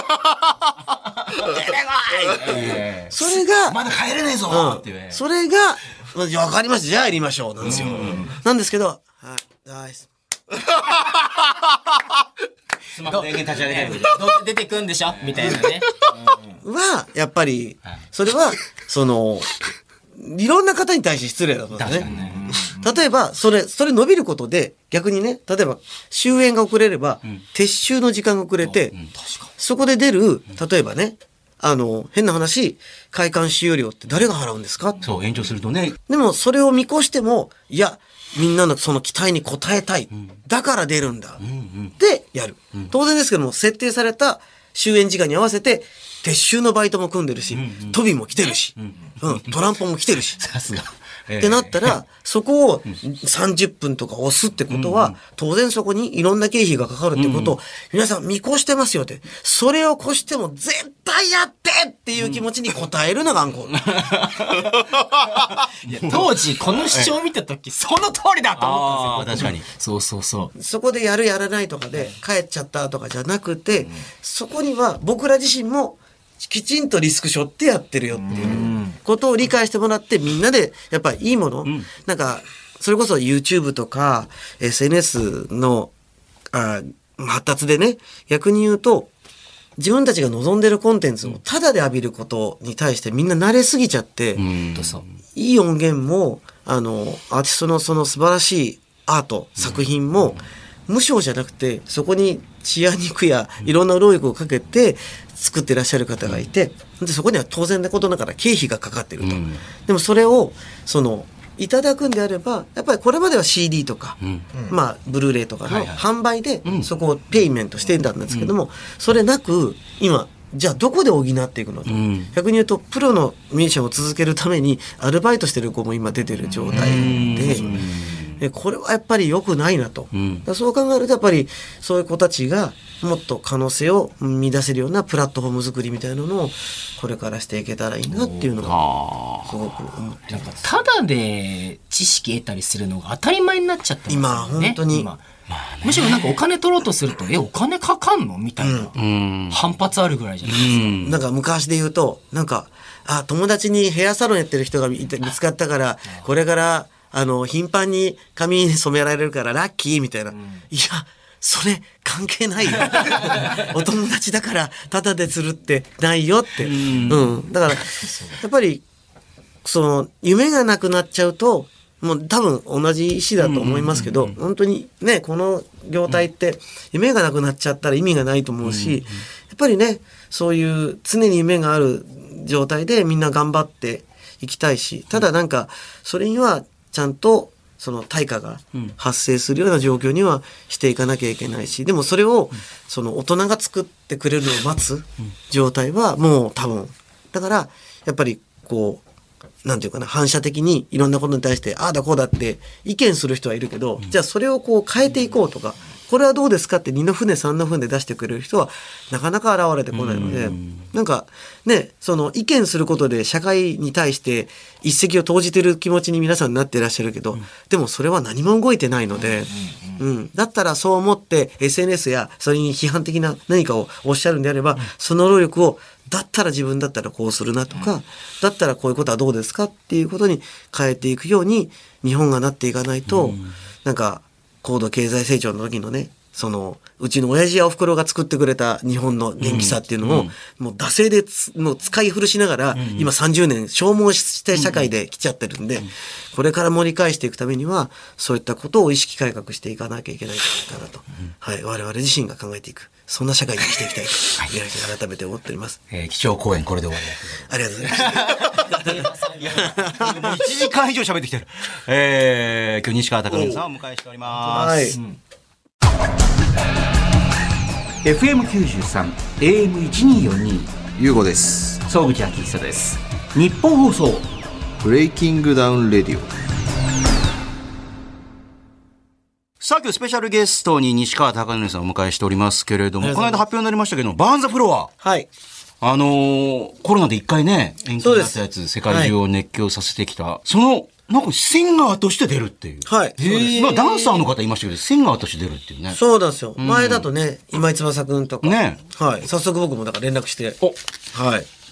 それがまだ帰れねえぞっていう、 うん、それが分かりましたじゃあやりましょうなんですよ、うん、なんですけどはいナイススマホで電源立ち上げてるどうせ出てくんでしょみたいなね、 うん、はやっぱりそれはそのいろんな方に対して失礼だと思うんですね。例えば、それ、それ伸びることで、逆にね、例えば、終演が遅れれば、うん、撤収の時間が遅れて、うん、そこで出る、例えばね、あの、変な話、会館使用料って誰が払うんですか？ そう、延長するとね。 でも、それを見越しても、いや、みんなのその期待に応えたい。うん、だから出るんだ。うんうん、で、やる、うん。当然ですけども、設定された終演時間に合わせて、撤収のバイトも組んでるし、うんうん、トビも来てるし、うんうん、トランポンも来てるし。 さすが。 ってなったら、そこをさんじゅっぷんとか押すってことは、当然そこにいろんな経費がかかるってことを、皆さん見越してますよって。それを越しても絶対やってっていう気持ちに応えるのがアンコール。 いや当時、この視聴を見たとき、その通りだと思ったんですよ。 確かに。 そうそうそう。 そこでやるやらないとかで帰っちゃったとかじゃなくて、そこには僕ら自身もきちんとリスク背負ってやってるよっていうことを理解してもらって、みんなでやっぱりいいもの、うん、なんかそれこそ YouTube とか エスエヌエス のあ発達でね、逆に言うと自分たちが望んでるコンテンツをタダで浴びることに対してみんな慣れすぎちゃって、うん、いい音源もあのアーティストのその素晴らしいアート、作品も、うん、無償じゃなくてそこに血や肉やいろんな労力をかけて作ってらっしゃる方がいて、でそこには当然なことながら経費がかかっていると、うん、でもそれをそのいただくんであればやっぱりこれまでは シーディー とか、うん、まあブルーレイとかの販売でそこをペイメントしていたんですけども、うん、それなく今じゃあどこで補っていくのと、うん、逆に言うとプロのミュージシャンを続けるためにアルバイトしてる子も今出てる状態で、うんでこれはやっぱり良くないなと、うん、そう考えるとやっぱりそういう子たちがもっと可能性を見出せるようなプラットフォーム作りみたいなのをこれからしていけたらいいなっていうのがすごく思っています。 ただで知識得たりするのが当たり前になっちゃってますよね。 今本当に今まあね、むしろなんかお金取ろうとするとえお金かかんのみたいな、うん、反発あるぐらいじゃないですか、うん、 なんか昔で言うとなんかあ友達にヘアサロンやってる人が見つかったからこれからあの頻繁に髪染められるからラッキーみたいな、うん、いやそれ関係ないよお友達だからタダで釣るってないよって、うん、うん、だからやっぱりその夢がなくなっちゃうともう多分同じ意思だと思いますけど、うんうんうんうん、本当にねこの業態って夢がなくなっちゃったら意味がないと思うし、うんうん、やっぱりねそういう常に夢がある状態でみんな頑張っていきたいし、ただなんかそれにはちゃんとその対価が発生するような状況にはしていかなきゃいけないし、でもそれをその大人が作ってくれるのを待つ状態はもう多分だからやっぱりこうなんていうかな反射的にいろんなことに対してああだこうだって意見する人はいるけど、じゃあそれをこう変えていこうとかこれはどうですかってにの船さんの船出してくれる人はなかなか現れてこないので、なんかねその意見することで社会に対して一石を投じてる気持ちに皆さんなっていらっしゃるけど、でもそれは何も動いてないので、うん、だったらそう思って エスエヌエス やそれに批判的な何かをおっしゃるんであれば、その労力をだったら自分だったらこうするなとか、だったらこういうことはどうですかっていうことに変えていくように日本がなっていかないと、なんか高度経済成長の時のねそのうちの親父やおふくろが作ってくれた日本の元気さっていうのを、うん、もう惰性でつもう使い古しながら、うん、今さんじゅうねん消耗して社会で来ちゃってるんで、うん、これから盛り返していくためにはそういったことを意識改革していかなきゃいけないんじゃないかなと、うんはい、我々自身が考えていくそんな社会にしていきたいと、はい、改めて思っております、 えー、貴重講演これで終わりありがとうございますいちじかん以上喋ってきてる、えー、今日西川貴教さんをお迎えしております、はいうんエフエムきゅうじゅうさん エーエムせんにひゃくよんじゅうにゆうごです。 総口昭久です。日本放送ブレイキングダウンレディオ。 さあ今日スペシャルゲストに西川貴教さんをお迎えしておりますけれども、この間発表になりましたけどバーンザフロア、 はいあのー、コロナで一回ね延期になったやつ世界中を熱狂させてきた、はい、そのなんかシンガーとして出るっていう。 はい。 まあダンサーの方いましたけど、シンガーとして出るっていうね。 そうなんですよ。うん、前だとね、今井翼くんとか。 ね。 はい。早速僕もだから連絡して。 おはい。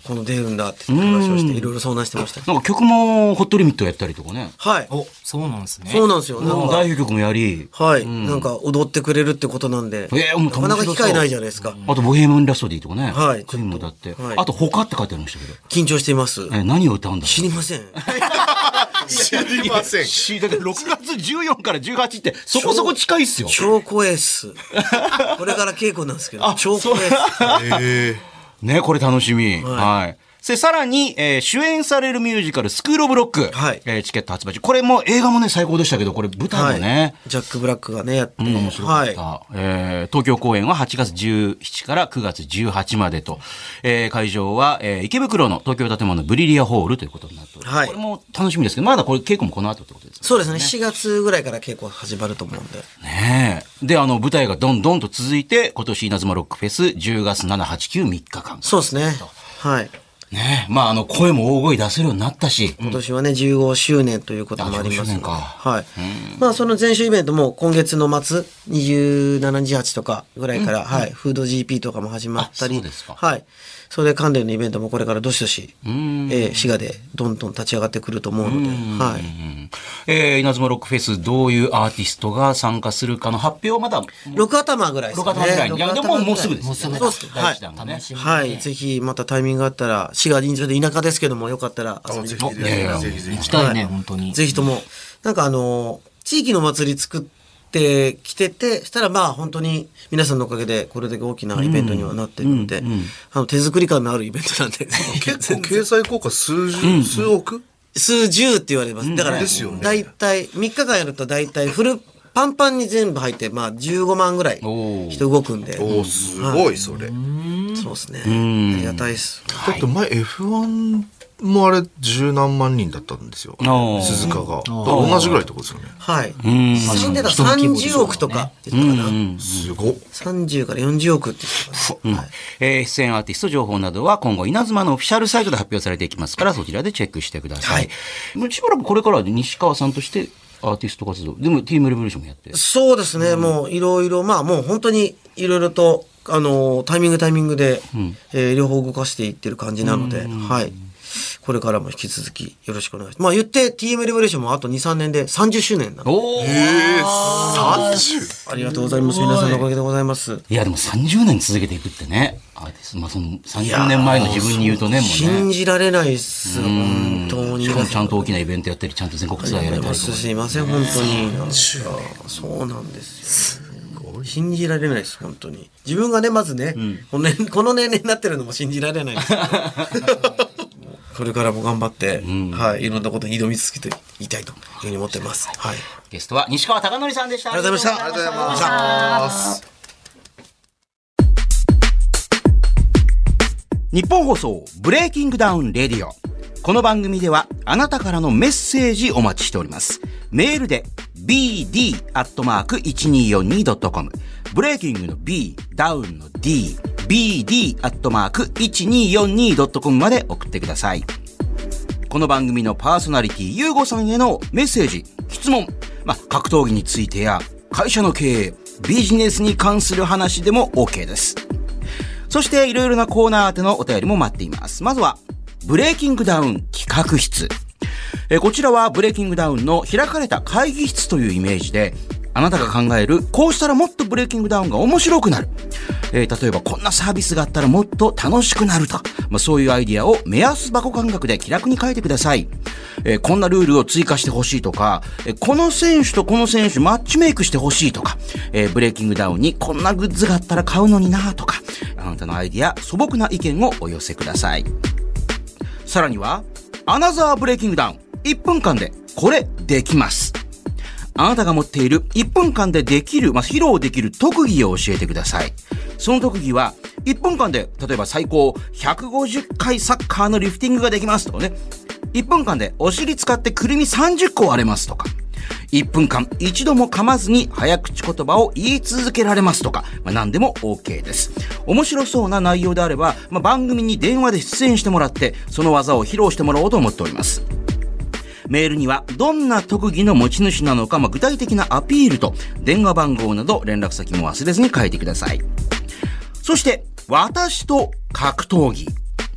この出るんだって話をしていろいろ相談してました。 なんか曲もホットリミットやったりとかね。 はい。 お、そうなんですね。 そうなんですよ。 なんか代表曲もやり。 はい、うん。なんか踊ってくれるってことなんで。えー、もうなかなか機会ないじゃないですか。 あとボヘミアン・ラプソディとかね。 はい。 クイーンもだって。 はい、 あと他って書いてありましたけど。 緊張しています。 えー、何を歌うんだろう。 知りません。 知りません。 し、だってろくがつじゅうよっかからじゅうはちってそこそこ近いっすよ。 超怖いっす。これから稽古なんですけど。超怖いっす。 えー、ね、これ楽しみ。はい。はいでさらに、えー、主演されるミュージカル、スクールオブロック。 はい。 えー、チケット発売中。これも映画もね、最高でしたけど、これ舞台もね。はい、 ジャック・ブラックがね、やって。 うん、面白かった。はい、えー、東京公演ははちがつじゅうしちからくがつじゅうはちまでと。えー、会場は、えー、池袋の東京建物ブリリアホールということになっております。はい。これも楽しみですけど、まだこれ稽古もこの後ってことですね。 そうですね。しがつぐらいから稽古始まると思うんで。 ねえ。で、あの、舞台がどんどんと続いて、今年稲妻ロックフェスじゅうがつしち、はち、きゅう、みっかかん。 そうですね。はい。 ねえ、まあ、あの、声も大声出せるようになったし。 今年はね、じゅうごしゅうねんということもあります。じゅうごしゅうねんか。はい。 うん、 まあ、その前週イベントも今月の末、にじゅうしちにちはちとかぐらいから、うん、はい、フード ジーピー とかも始まったり、 そうですか。 はい。それ関連のイベントもこれからどしどし、えー、滋賀でどんどん立ち上がってくると思うので、はい。 えー、稲妻ロックフェス、どういうアーティストが参加するかの発表はまだろくあたまぐらいですね。 ろくあたまぐらいに。いや、でももうすぐです。 もうすぐです。はい。ね、はい。ぜひ、またタイミングがあったら、滋賀臨場で田舎ですけども、よかったら遊びに来てください。 ぜひぜひ。行きたいね、はい、本当に。 ぜひとも、なんかあの、地域の祭り作って、で来ててしたらまあ本当に皆さんのおかげでこれだけ大きなイベントにはなってるので、うんうんうん、あの手作り感のあるイベントなんで結構経済効果数十、うん、数億数十って言われます。だから大体みっかかんやると大体フルパンパンに全部入ってまあじゅうごまんぐらい人動くんで。 おおすごいそれ。 そうですね。ありがたいです。 だって前 エフワンもうあれ十何万人だったんですよ。鈴鹿が。同じぐらいってことですよね。 はい。死んでたさんじゅうおくとか言ったかな。 すごっ。 さんじゅうからよんじゅうおくって言ってた。 えー、出演アーティスト情報などは今後稲妻のオフィシャルサイトで発表されていきますから、そちらでチェックしてください。はい、しばらくこれから西川さんとしてアーティスト活動。でも ティーエム レボリューションもやって。 そうですね。もういろいろ、まあもう本当にいろいろと、あの、タイミングタイミングで、うん、えー、両方動かしていってる感じなので、はい。これからも引き続きよろしくお願いします。まあ言って ティーエム レボリューションもあとに、さんねんでさんじゅっしゅうねんなので。 おーへーさんじゅうありがとうございます。皆さんのおかげでございます。 いやでもさんじゅうねん続けていくってね。アーティスト、まあそのさんじゅうねんまえの自分に言うとね、もうね。 信じられないっす。本当に。 しかもちゃんと大きなイベントやったり、ちゃんと全国ツアーやれたり。 すいません、本当に。なんかそうなんですよ。信じられないです、本当に。自分がね、まずね、うん、このこの年齢になってるのも信じられないですけど。これからも頑張って、うん、はい、いろんなことに挑み続けていきたいというふうに思ってます。はい。 ゲストは西川貴教さんでした。 ありがとうございました。 ありがとうございます。 日本放送ブレイキングダウンレディオ。この番組ではあなたからのメッセージお待ちしております。メールで ビーディー アットマーク いちにーよんにー ドットコム ブレイキングの B、ダウンの D、ビーディー アットマーク いちにーよんにー ドットコム まで送ってください。この番組のパーソナリティゆうごさんへのメッセージ、質問、まあ、格闘技についてや会社の経営、ビジネスに関する話でも OK です。そしていろいろなコーナー宛てのお便りも待っています。まずはブレイキングダウン企画室。えこちらはブレイキングダウンの開かれた会議室というイメージで、あなたが考えるこうしたらもっとブレイキングダウンが面白くなる、えー、例えばこんなサービスがあったらもっと楽しくなると、まあ、そういうアイディアを目安箱感覚で気楽に書いてください。えー、こんなルールを追加してほしいとか、えー、この選手とこの選手マッチメイクしてほしいとか、えー、ブレイキングダウンにこんなグッズがあったら買うのになとか、あなたのアイディア、素朴な意見をお寄せください。さらにはアナザーブレイキングダウン、いっぷんかんでこれできます。あなたが持っているいっぷんかんでできる、まあ、披露できる特技を教えてください。その特技はいっぷんかんで、例えば最高ひゃくごじゅっかいサッカーのリフティングができますとかね。いっぷんかんでお尻使ってくるみさんじゅっこ割れますとか。いっぷんかん一度も噛まずに早口言葉を言い続けられますとか、まあ、何でも OK です。面白そうな内容であれば、まあ、番組に電話で出演してもらって、その技を披露してもらおうと思っております。メールにはどんな特技の持ち主なのか、まあ、具体的なアピールと電話番号など連絡先も忘れずに書いてください。そして私と格闘技、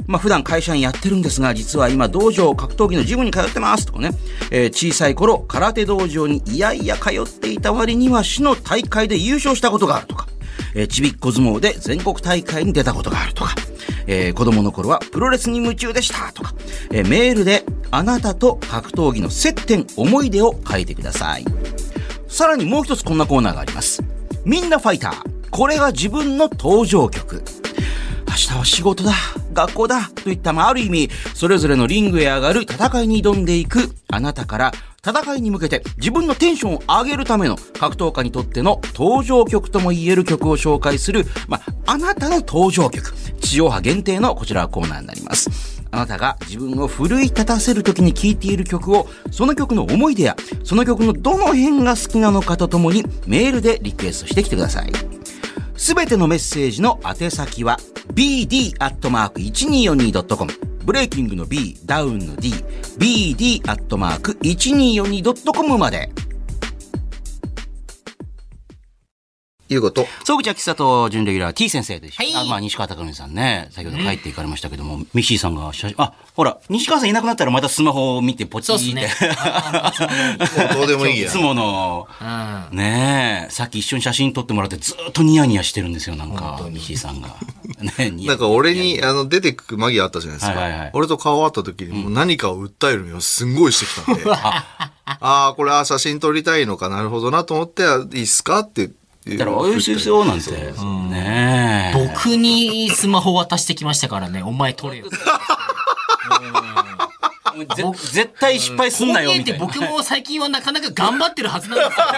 まあ普段会社にやってるんですが、実は今道場格闘技のジムに通ってますとかね、えー、小さい頃空手道場にいやいや通っていた割には市の大会で優勝したことがあるとか、えー、ちびっこ相撲で全国大会に出たことがあるとか、えー、子供の頃はプロレスに夢中でしたとか、えー、メールであなたと格闘技の接点思い出を書いてください。さらにもう一つこんなコーナーがあります。みんなファイター、これが自分の登場曲。明日は仕事だ、学校だといった、まあ、ある意味それぞれのリングへ上がる戦いに挑んでいくあなたから、戦いに向けて自分のテンションを上げるための格闘家にとっての登場曲とも言える曲を紹介する、まあ、あなたの登場曲、地上波限定のこちらはコーナーになります。あなたが自分を奮い立たせる時に聴いている曲を、その曲の思い出やその曲のどの辺が好きなのかとともにメールでリクエストしてきてください。すべてのメッセージの宛先は ビーディー アットマーク いちにーよんにー ドットコム、 ブレイキングの B、 ダウンの D、 ビーディー アットマーク いちにーよんにー ドットコム まで。 いうこと。 総口秋里準レギュラー T 先生でした。 はい、 あ、まあ西川貴教さんね、先ほど帰っていかれましたけども、うん、ミッシーさんが写真、あ、ほら、西川さんいなくなったらまたスマホを見てポチって。そうですね。 もうどうでもいいや。 いつもの、うん、ねえ、さっき一緒に写真撮ってもらってずっとニヤニヤしてるんですよ、なんか、ミッシーさんが。 ね、なんか俺に、あの、出てく間際あったじゃないですか。はいはいはい、俺と顔合った時にもう何かを訴える目をすんごいしてきたんで、ああ、これは写真撮りたいのかなるほどなと思って、いいっすかってだから、おいしいですよ、なんて。ねえ。僕にスマホ渡してきましたからね、お前撮れよ。 絶対失敗すんなよ、みたいな。 こう見えて僕も最近はなかなか頑張ってるはずなんですよ。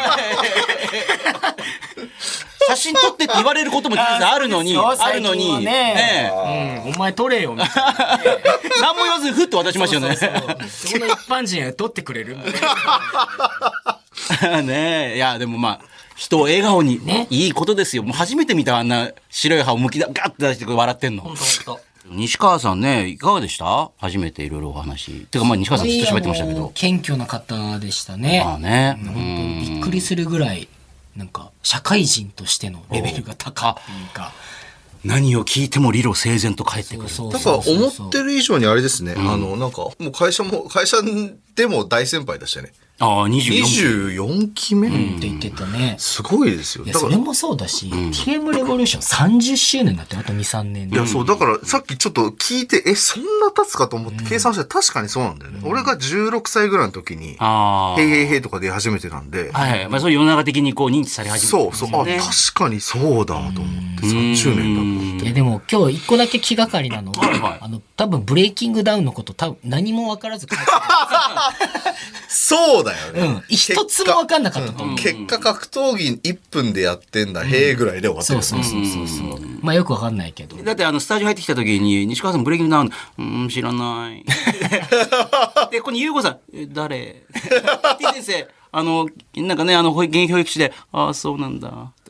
写真撮ってって言われることもあるのに、あるのに、 ね、うん、お前撮れよみたいな。 何も言わずにふっと渡しましたよね。 その一般人は撮ってくれるみたいな。 ねえ、いやでもまあ人を笑顔にね、いいことですよ。もう初めて見たあんな白い歯をむきだガッて出して笑ってんの。本当本当。西川さんね、いかがでした？初めていろいろお話。てかまあ西川さんずっと喋ってましたけど。 謙虚な方でしたね。 まあね。 本当びっくりするぐらい。なんか社会人としてのレベルが高いっていうか、 何を聞いても理路整然と返ってくる。 だから思ってる以上にあれですね、うん、あのなんかもう会社も会社でも大先輩でしたね。 ああ、にじゅうよんき。 にじゅうよんきめ、 うん、って言ってたね。 すごいですよ。 いや、それもそうだし、うん、ティーエム レボリューションさんじゅっしゅうねんだって、あとに、さんねんで。 いや、そう、だからさっきちょっと聞いて、え、そんな経つかと思って計算して、うん、確かにそうなんだよね。うん、俺がじゅうろくさいぐらいの時に、あへいへいへいとか出始めてたんで。 はい。まあそういう世の中的にこう認知され始めて、ね。 そうそう。あ、確かにそうだと思って、さんじゅうねんだと思って。 いや、でも今日一個だけ気がかりなのは、はいはい、あの、多分ブレイキングダウンのこと多分何も分からず書いてた。 そうだよね。 うん。一つも分かんなかったと思う。 結果格闘技いっぷんでやってんだ、へえぐらいで終わってる。 そうそうそうそう。まあよく分かんないけど。 だってあの、スタジオ入ってきた時に、西川さんブレイキングダウン、うん、知らない。で、ここに優子さん、え、誰？T 先生、あの、なんかね、あの、現役保育士で、ああ、そうなんだ。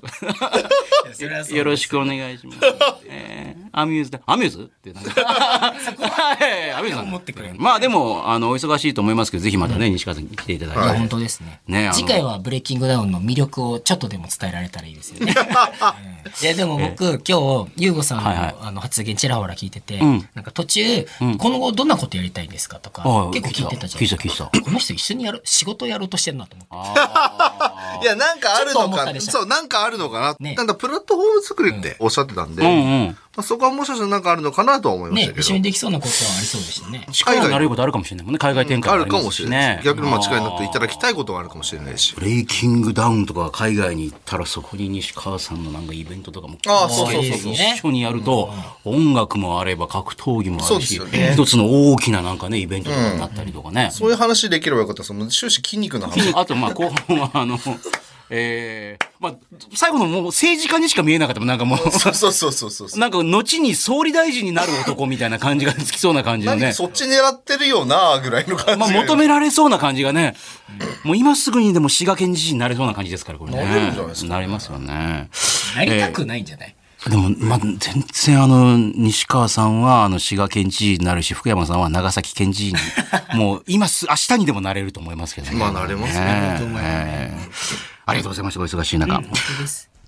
よろしくお願いします。えー、アミューズだ。アミューズってなんか。そこは、アミューズ思ってくれる。まあでも、あの、お忙しいと思いますけど、ぜひまたね、西川さんに来ていただいて。 本当ですね。ね、次回はブレイキングダウンの魅力をちょっとでも伝えられたらいいですよね。いや、でも僕、今日、ゆうごさんの、あの発言ちらほら聞いてて、なんか途中、今後どんなことやりたいんですかとか、結構聞いてたじゃん。 聞いた聞いた。 この人一緒にやる、仕事やろうとしてるなと思って。 いや、なんかあるのかな。そう、なんかあるのかな。なんだ、プラットフォーム作りっておっしゃってたんで、まあ、そこはもしかしたらなんかあるのかなとは思いましたけど。 ね、一緒にできそうなことはありそうでしたね。 近いになれることあるかもしれないもんね。海外展開あるかもしれない。逆にまあ近いになっていただきたいことがあるかもしれないし。 ブレイキングダウンとか海外に行ったらそこに西川さんのなんかイベントとかもああ、そうそうそうそう。 一緒にやると、音楽もあれば格闘技もあるし、一つの大きななんかね、イベントとかになったりとかね。 そういう話できればよかったです。もう終始筋肉の話。 あとまあ後半はあの、えー、まあ、最後のもう政治家にしか見えなかったもん、なんかもう。 そうそうそうそうそう。 なんか、後に総理大臣になる男みたいな感じがつきそうな感じのね。 そっち狙ってるよなぐらいの感じ。 まあ、求められそうな感じがね。もう今すぐにでも滋賀県知事になれそうな感じですから、これね。 なれるんじゃないですか。 なりますよね。 なりたくないんじゃない、 えー、でも、まあ、全然あの、西川さんは、あの、滋賀県知事になるし、福山さんは長崎県知事に、もう、今す、明日にでもなれると思いますけどね。 まあ、なれますね。 えー、ありがとうございました。お忙しい中。うん、テ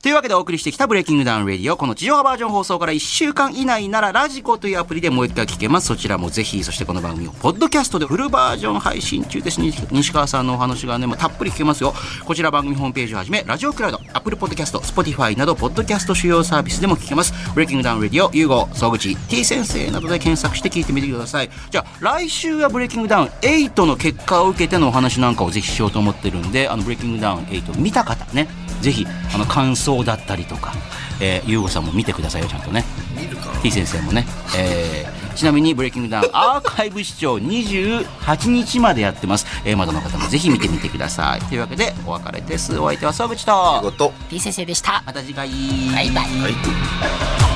というわけでお送りしてきたブレイキングダウンレディオ、この地上波バージョン放送からいっしゅうかん以内ならラジコというアプリでもう一回聞けます。そちらもぜひ。そしてこの番組をポッドキャストでフルバージョン配信中です。西川さんのお話がねもうたっぷり聞けますよ。こちら番組ホームページをはじめラジオクラウド、アップルポッドキャスト、スポティファイなどポッドキャスト主要サービスでも聞けます。ブレイキングダウンレディオ、ユーゴ、総口、T 先生などで検索して聞いてみてください。じゃあ来週はブレイキングダウンエイトの結果を受けてのお話なんかをぜひしようと思ってるんで、あのブレイキングダウンエイト見た方ね、ぜひあの感想だったりとか、えー、ユーゴさんも見てくださいよ、ちゃんとね。見るか T 先生もね、えーちなみにブレイキングダウンアーカイブ視聴にじゅうはちにちまでやってます。えー、まだの方もぜひ見てみてください。というわけでお別れです。お相手は総口と T 先生でした。 また次回。 バイバイ。 はい